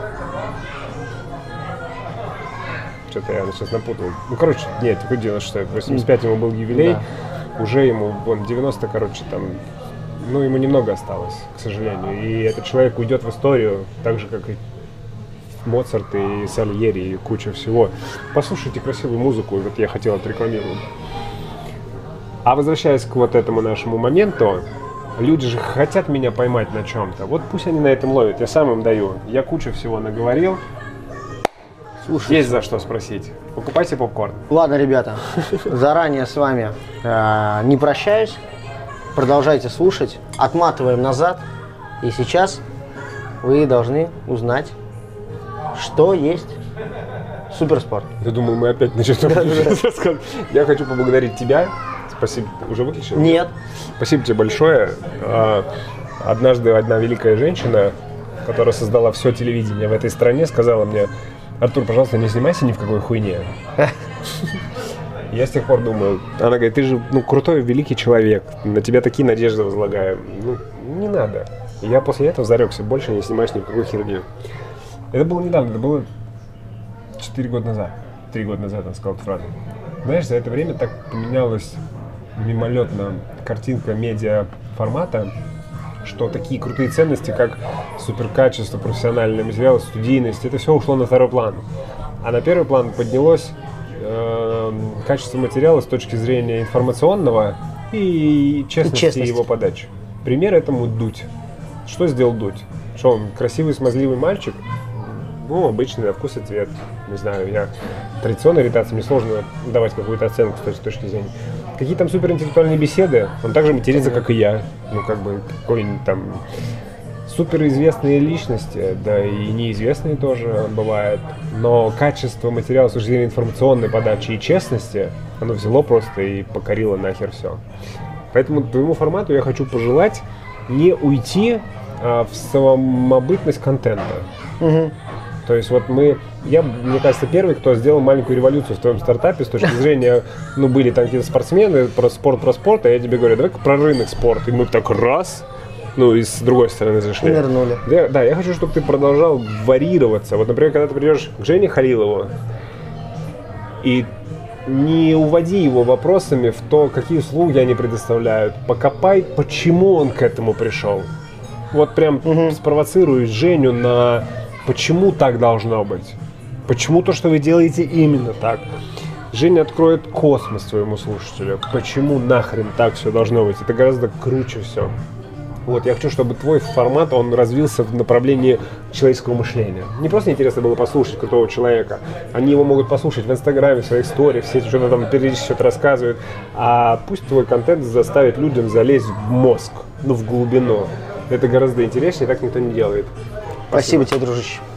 что-то я сейчас напутал. Ну, короче, нет, какой девяносто шестой? восемьдесят пять ему был юбилей. Да. Уже ему, вон, девяносто, короче, там, ну, ему немного осталось, к сожалению. И этот человек уйдет в историю, так же, как и Моцарт, и Сальери, и куча всего. Послушайте красивую музыку, вот я хотел отрекламировать. А возвращаясь к вот этому нашему моменту, люди же хотят меня поймать на чем-то. Вот пусть они на этом ловят, я сам им даю. Я кучу всего наговорил. Слушайте. Есть за что спросить. Покупайте попкорн. Ладно, ребята, заранее с вами э, не прощаюсь. Продолжайте слушать. Отматываем назад. И сейчас вы должны узнать, что есть суперспорт. Я думаю, мы опять начнем рассказывать. Я хочу поблагодарить тебя. Спасибо. Уже выключил? Нет. Спасибо тебе большое. Однажды одна великая женщина, которая создала все телевидение в этой стране, сказала мне: Артур, пожалуйста, не снимайся ни в какой хуйне. Я с тех пор думаю, она говорит, ты же ну, крутой, великий человек, на тебя такие надежды возлагаем. Ну, не надо. И я после этого зарекся, больше не снимаюсь ни в какой херне. Это было недавно, это было четыре года назад. Три года назад он сказал эту фразу. Знаешь, за это время так поменялась мимолетно картинка медиа формата, что такие крутые ценности, как суперкачество, профессиональные материалы, студийность, это все ушло на второй план. А на первый план поднялось э, качество материала с точки зрения информационного и честности, и честности его подачи. Пример этому Дудь. Что сделал Дудь? Что он красивый, смазливый мальчик? Ну, обычный на вкус и цвет. Не знаю, я традиционной ориентации, мне сложно давать какую-то оценку с этой точки зрения. Какие там суперинтеллектуальные беседы, он также матерится, как и я. Ну, как бы, какой-нибудь там суперизвестные личности, да и неизвестные тоже бывают. Но качество материала с точки зрения информационной подачи и честности, оно взяло просто и покорило нахер все. Поэтому твоему формату я хочу пожелать не уйти а, в самобытность контента. Угу. То есть вот мы, я, мне кажется, первый, кто сделал маленькую революцию в твоем стартапе с точки зрения, ну, были там какие-то спортсмены, про спорт, про спорт, а я тебе говорю, давай-ка про рынок спорта. И мы так раз, ну, и с другой стороны зашли. Нырнули. Да, да, я хочу, чтобы ты продолжал варьироваться. Вот, например, когда ты придешь к Жене Халилову, и не уводи его вопросами в то, какие услуги они предоставляют. Покопай, почему он к этому пришел. Вот прям угу. спровоцируй Женю на почему так должно быть. Почему то, что вы делаете, именно так. Женя откроет космос своему слушателю. Почему нахрен так все должно быть. Это гораздо круче все. Вот, я хочу, чтобы твой формат, он развился в направлении человеческого мышления. Не просто интересно было послушать крутого человека. Они его могут послушать в Инстаграме, в своих историях, все что-то там периодически что-то рассказывают. А пусть твой контент заставит людям залезть в мозг, ну, в глубину. Это гораздо интереснее, так никто не делает. Спасибо, Спасибо тебе, дружище.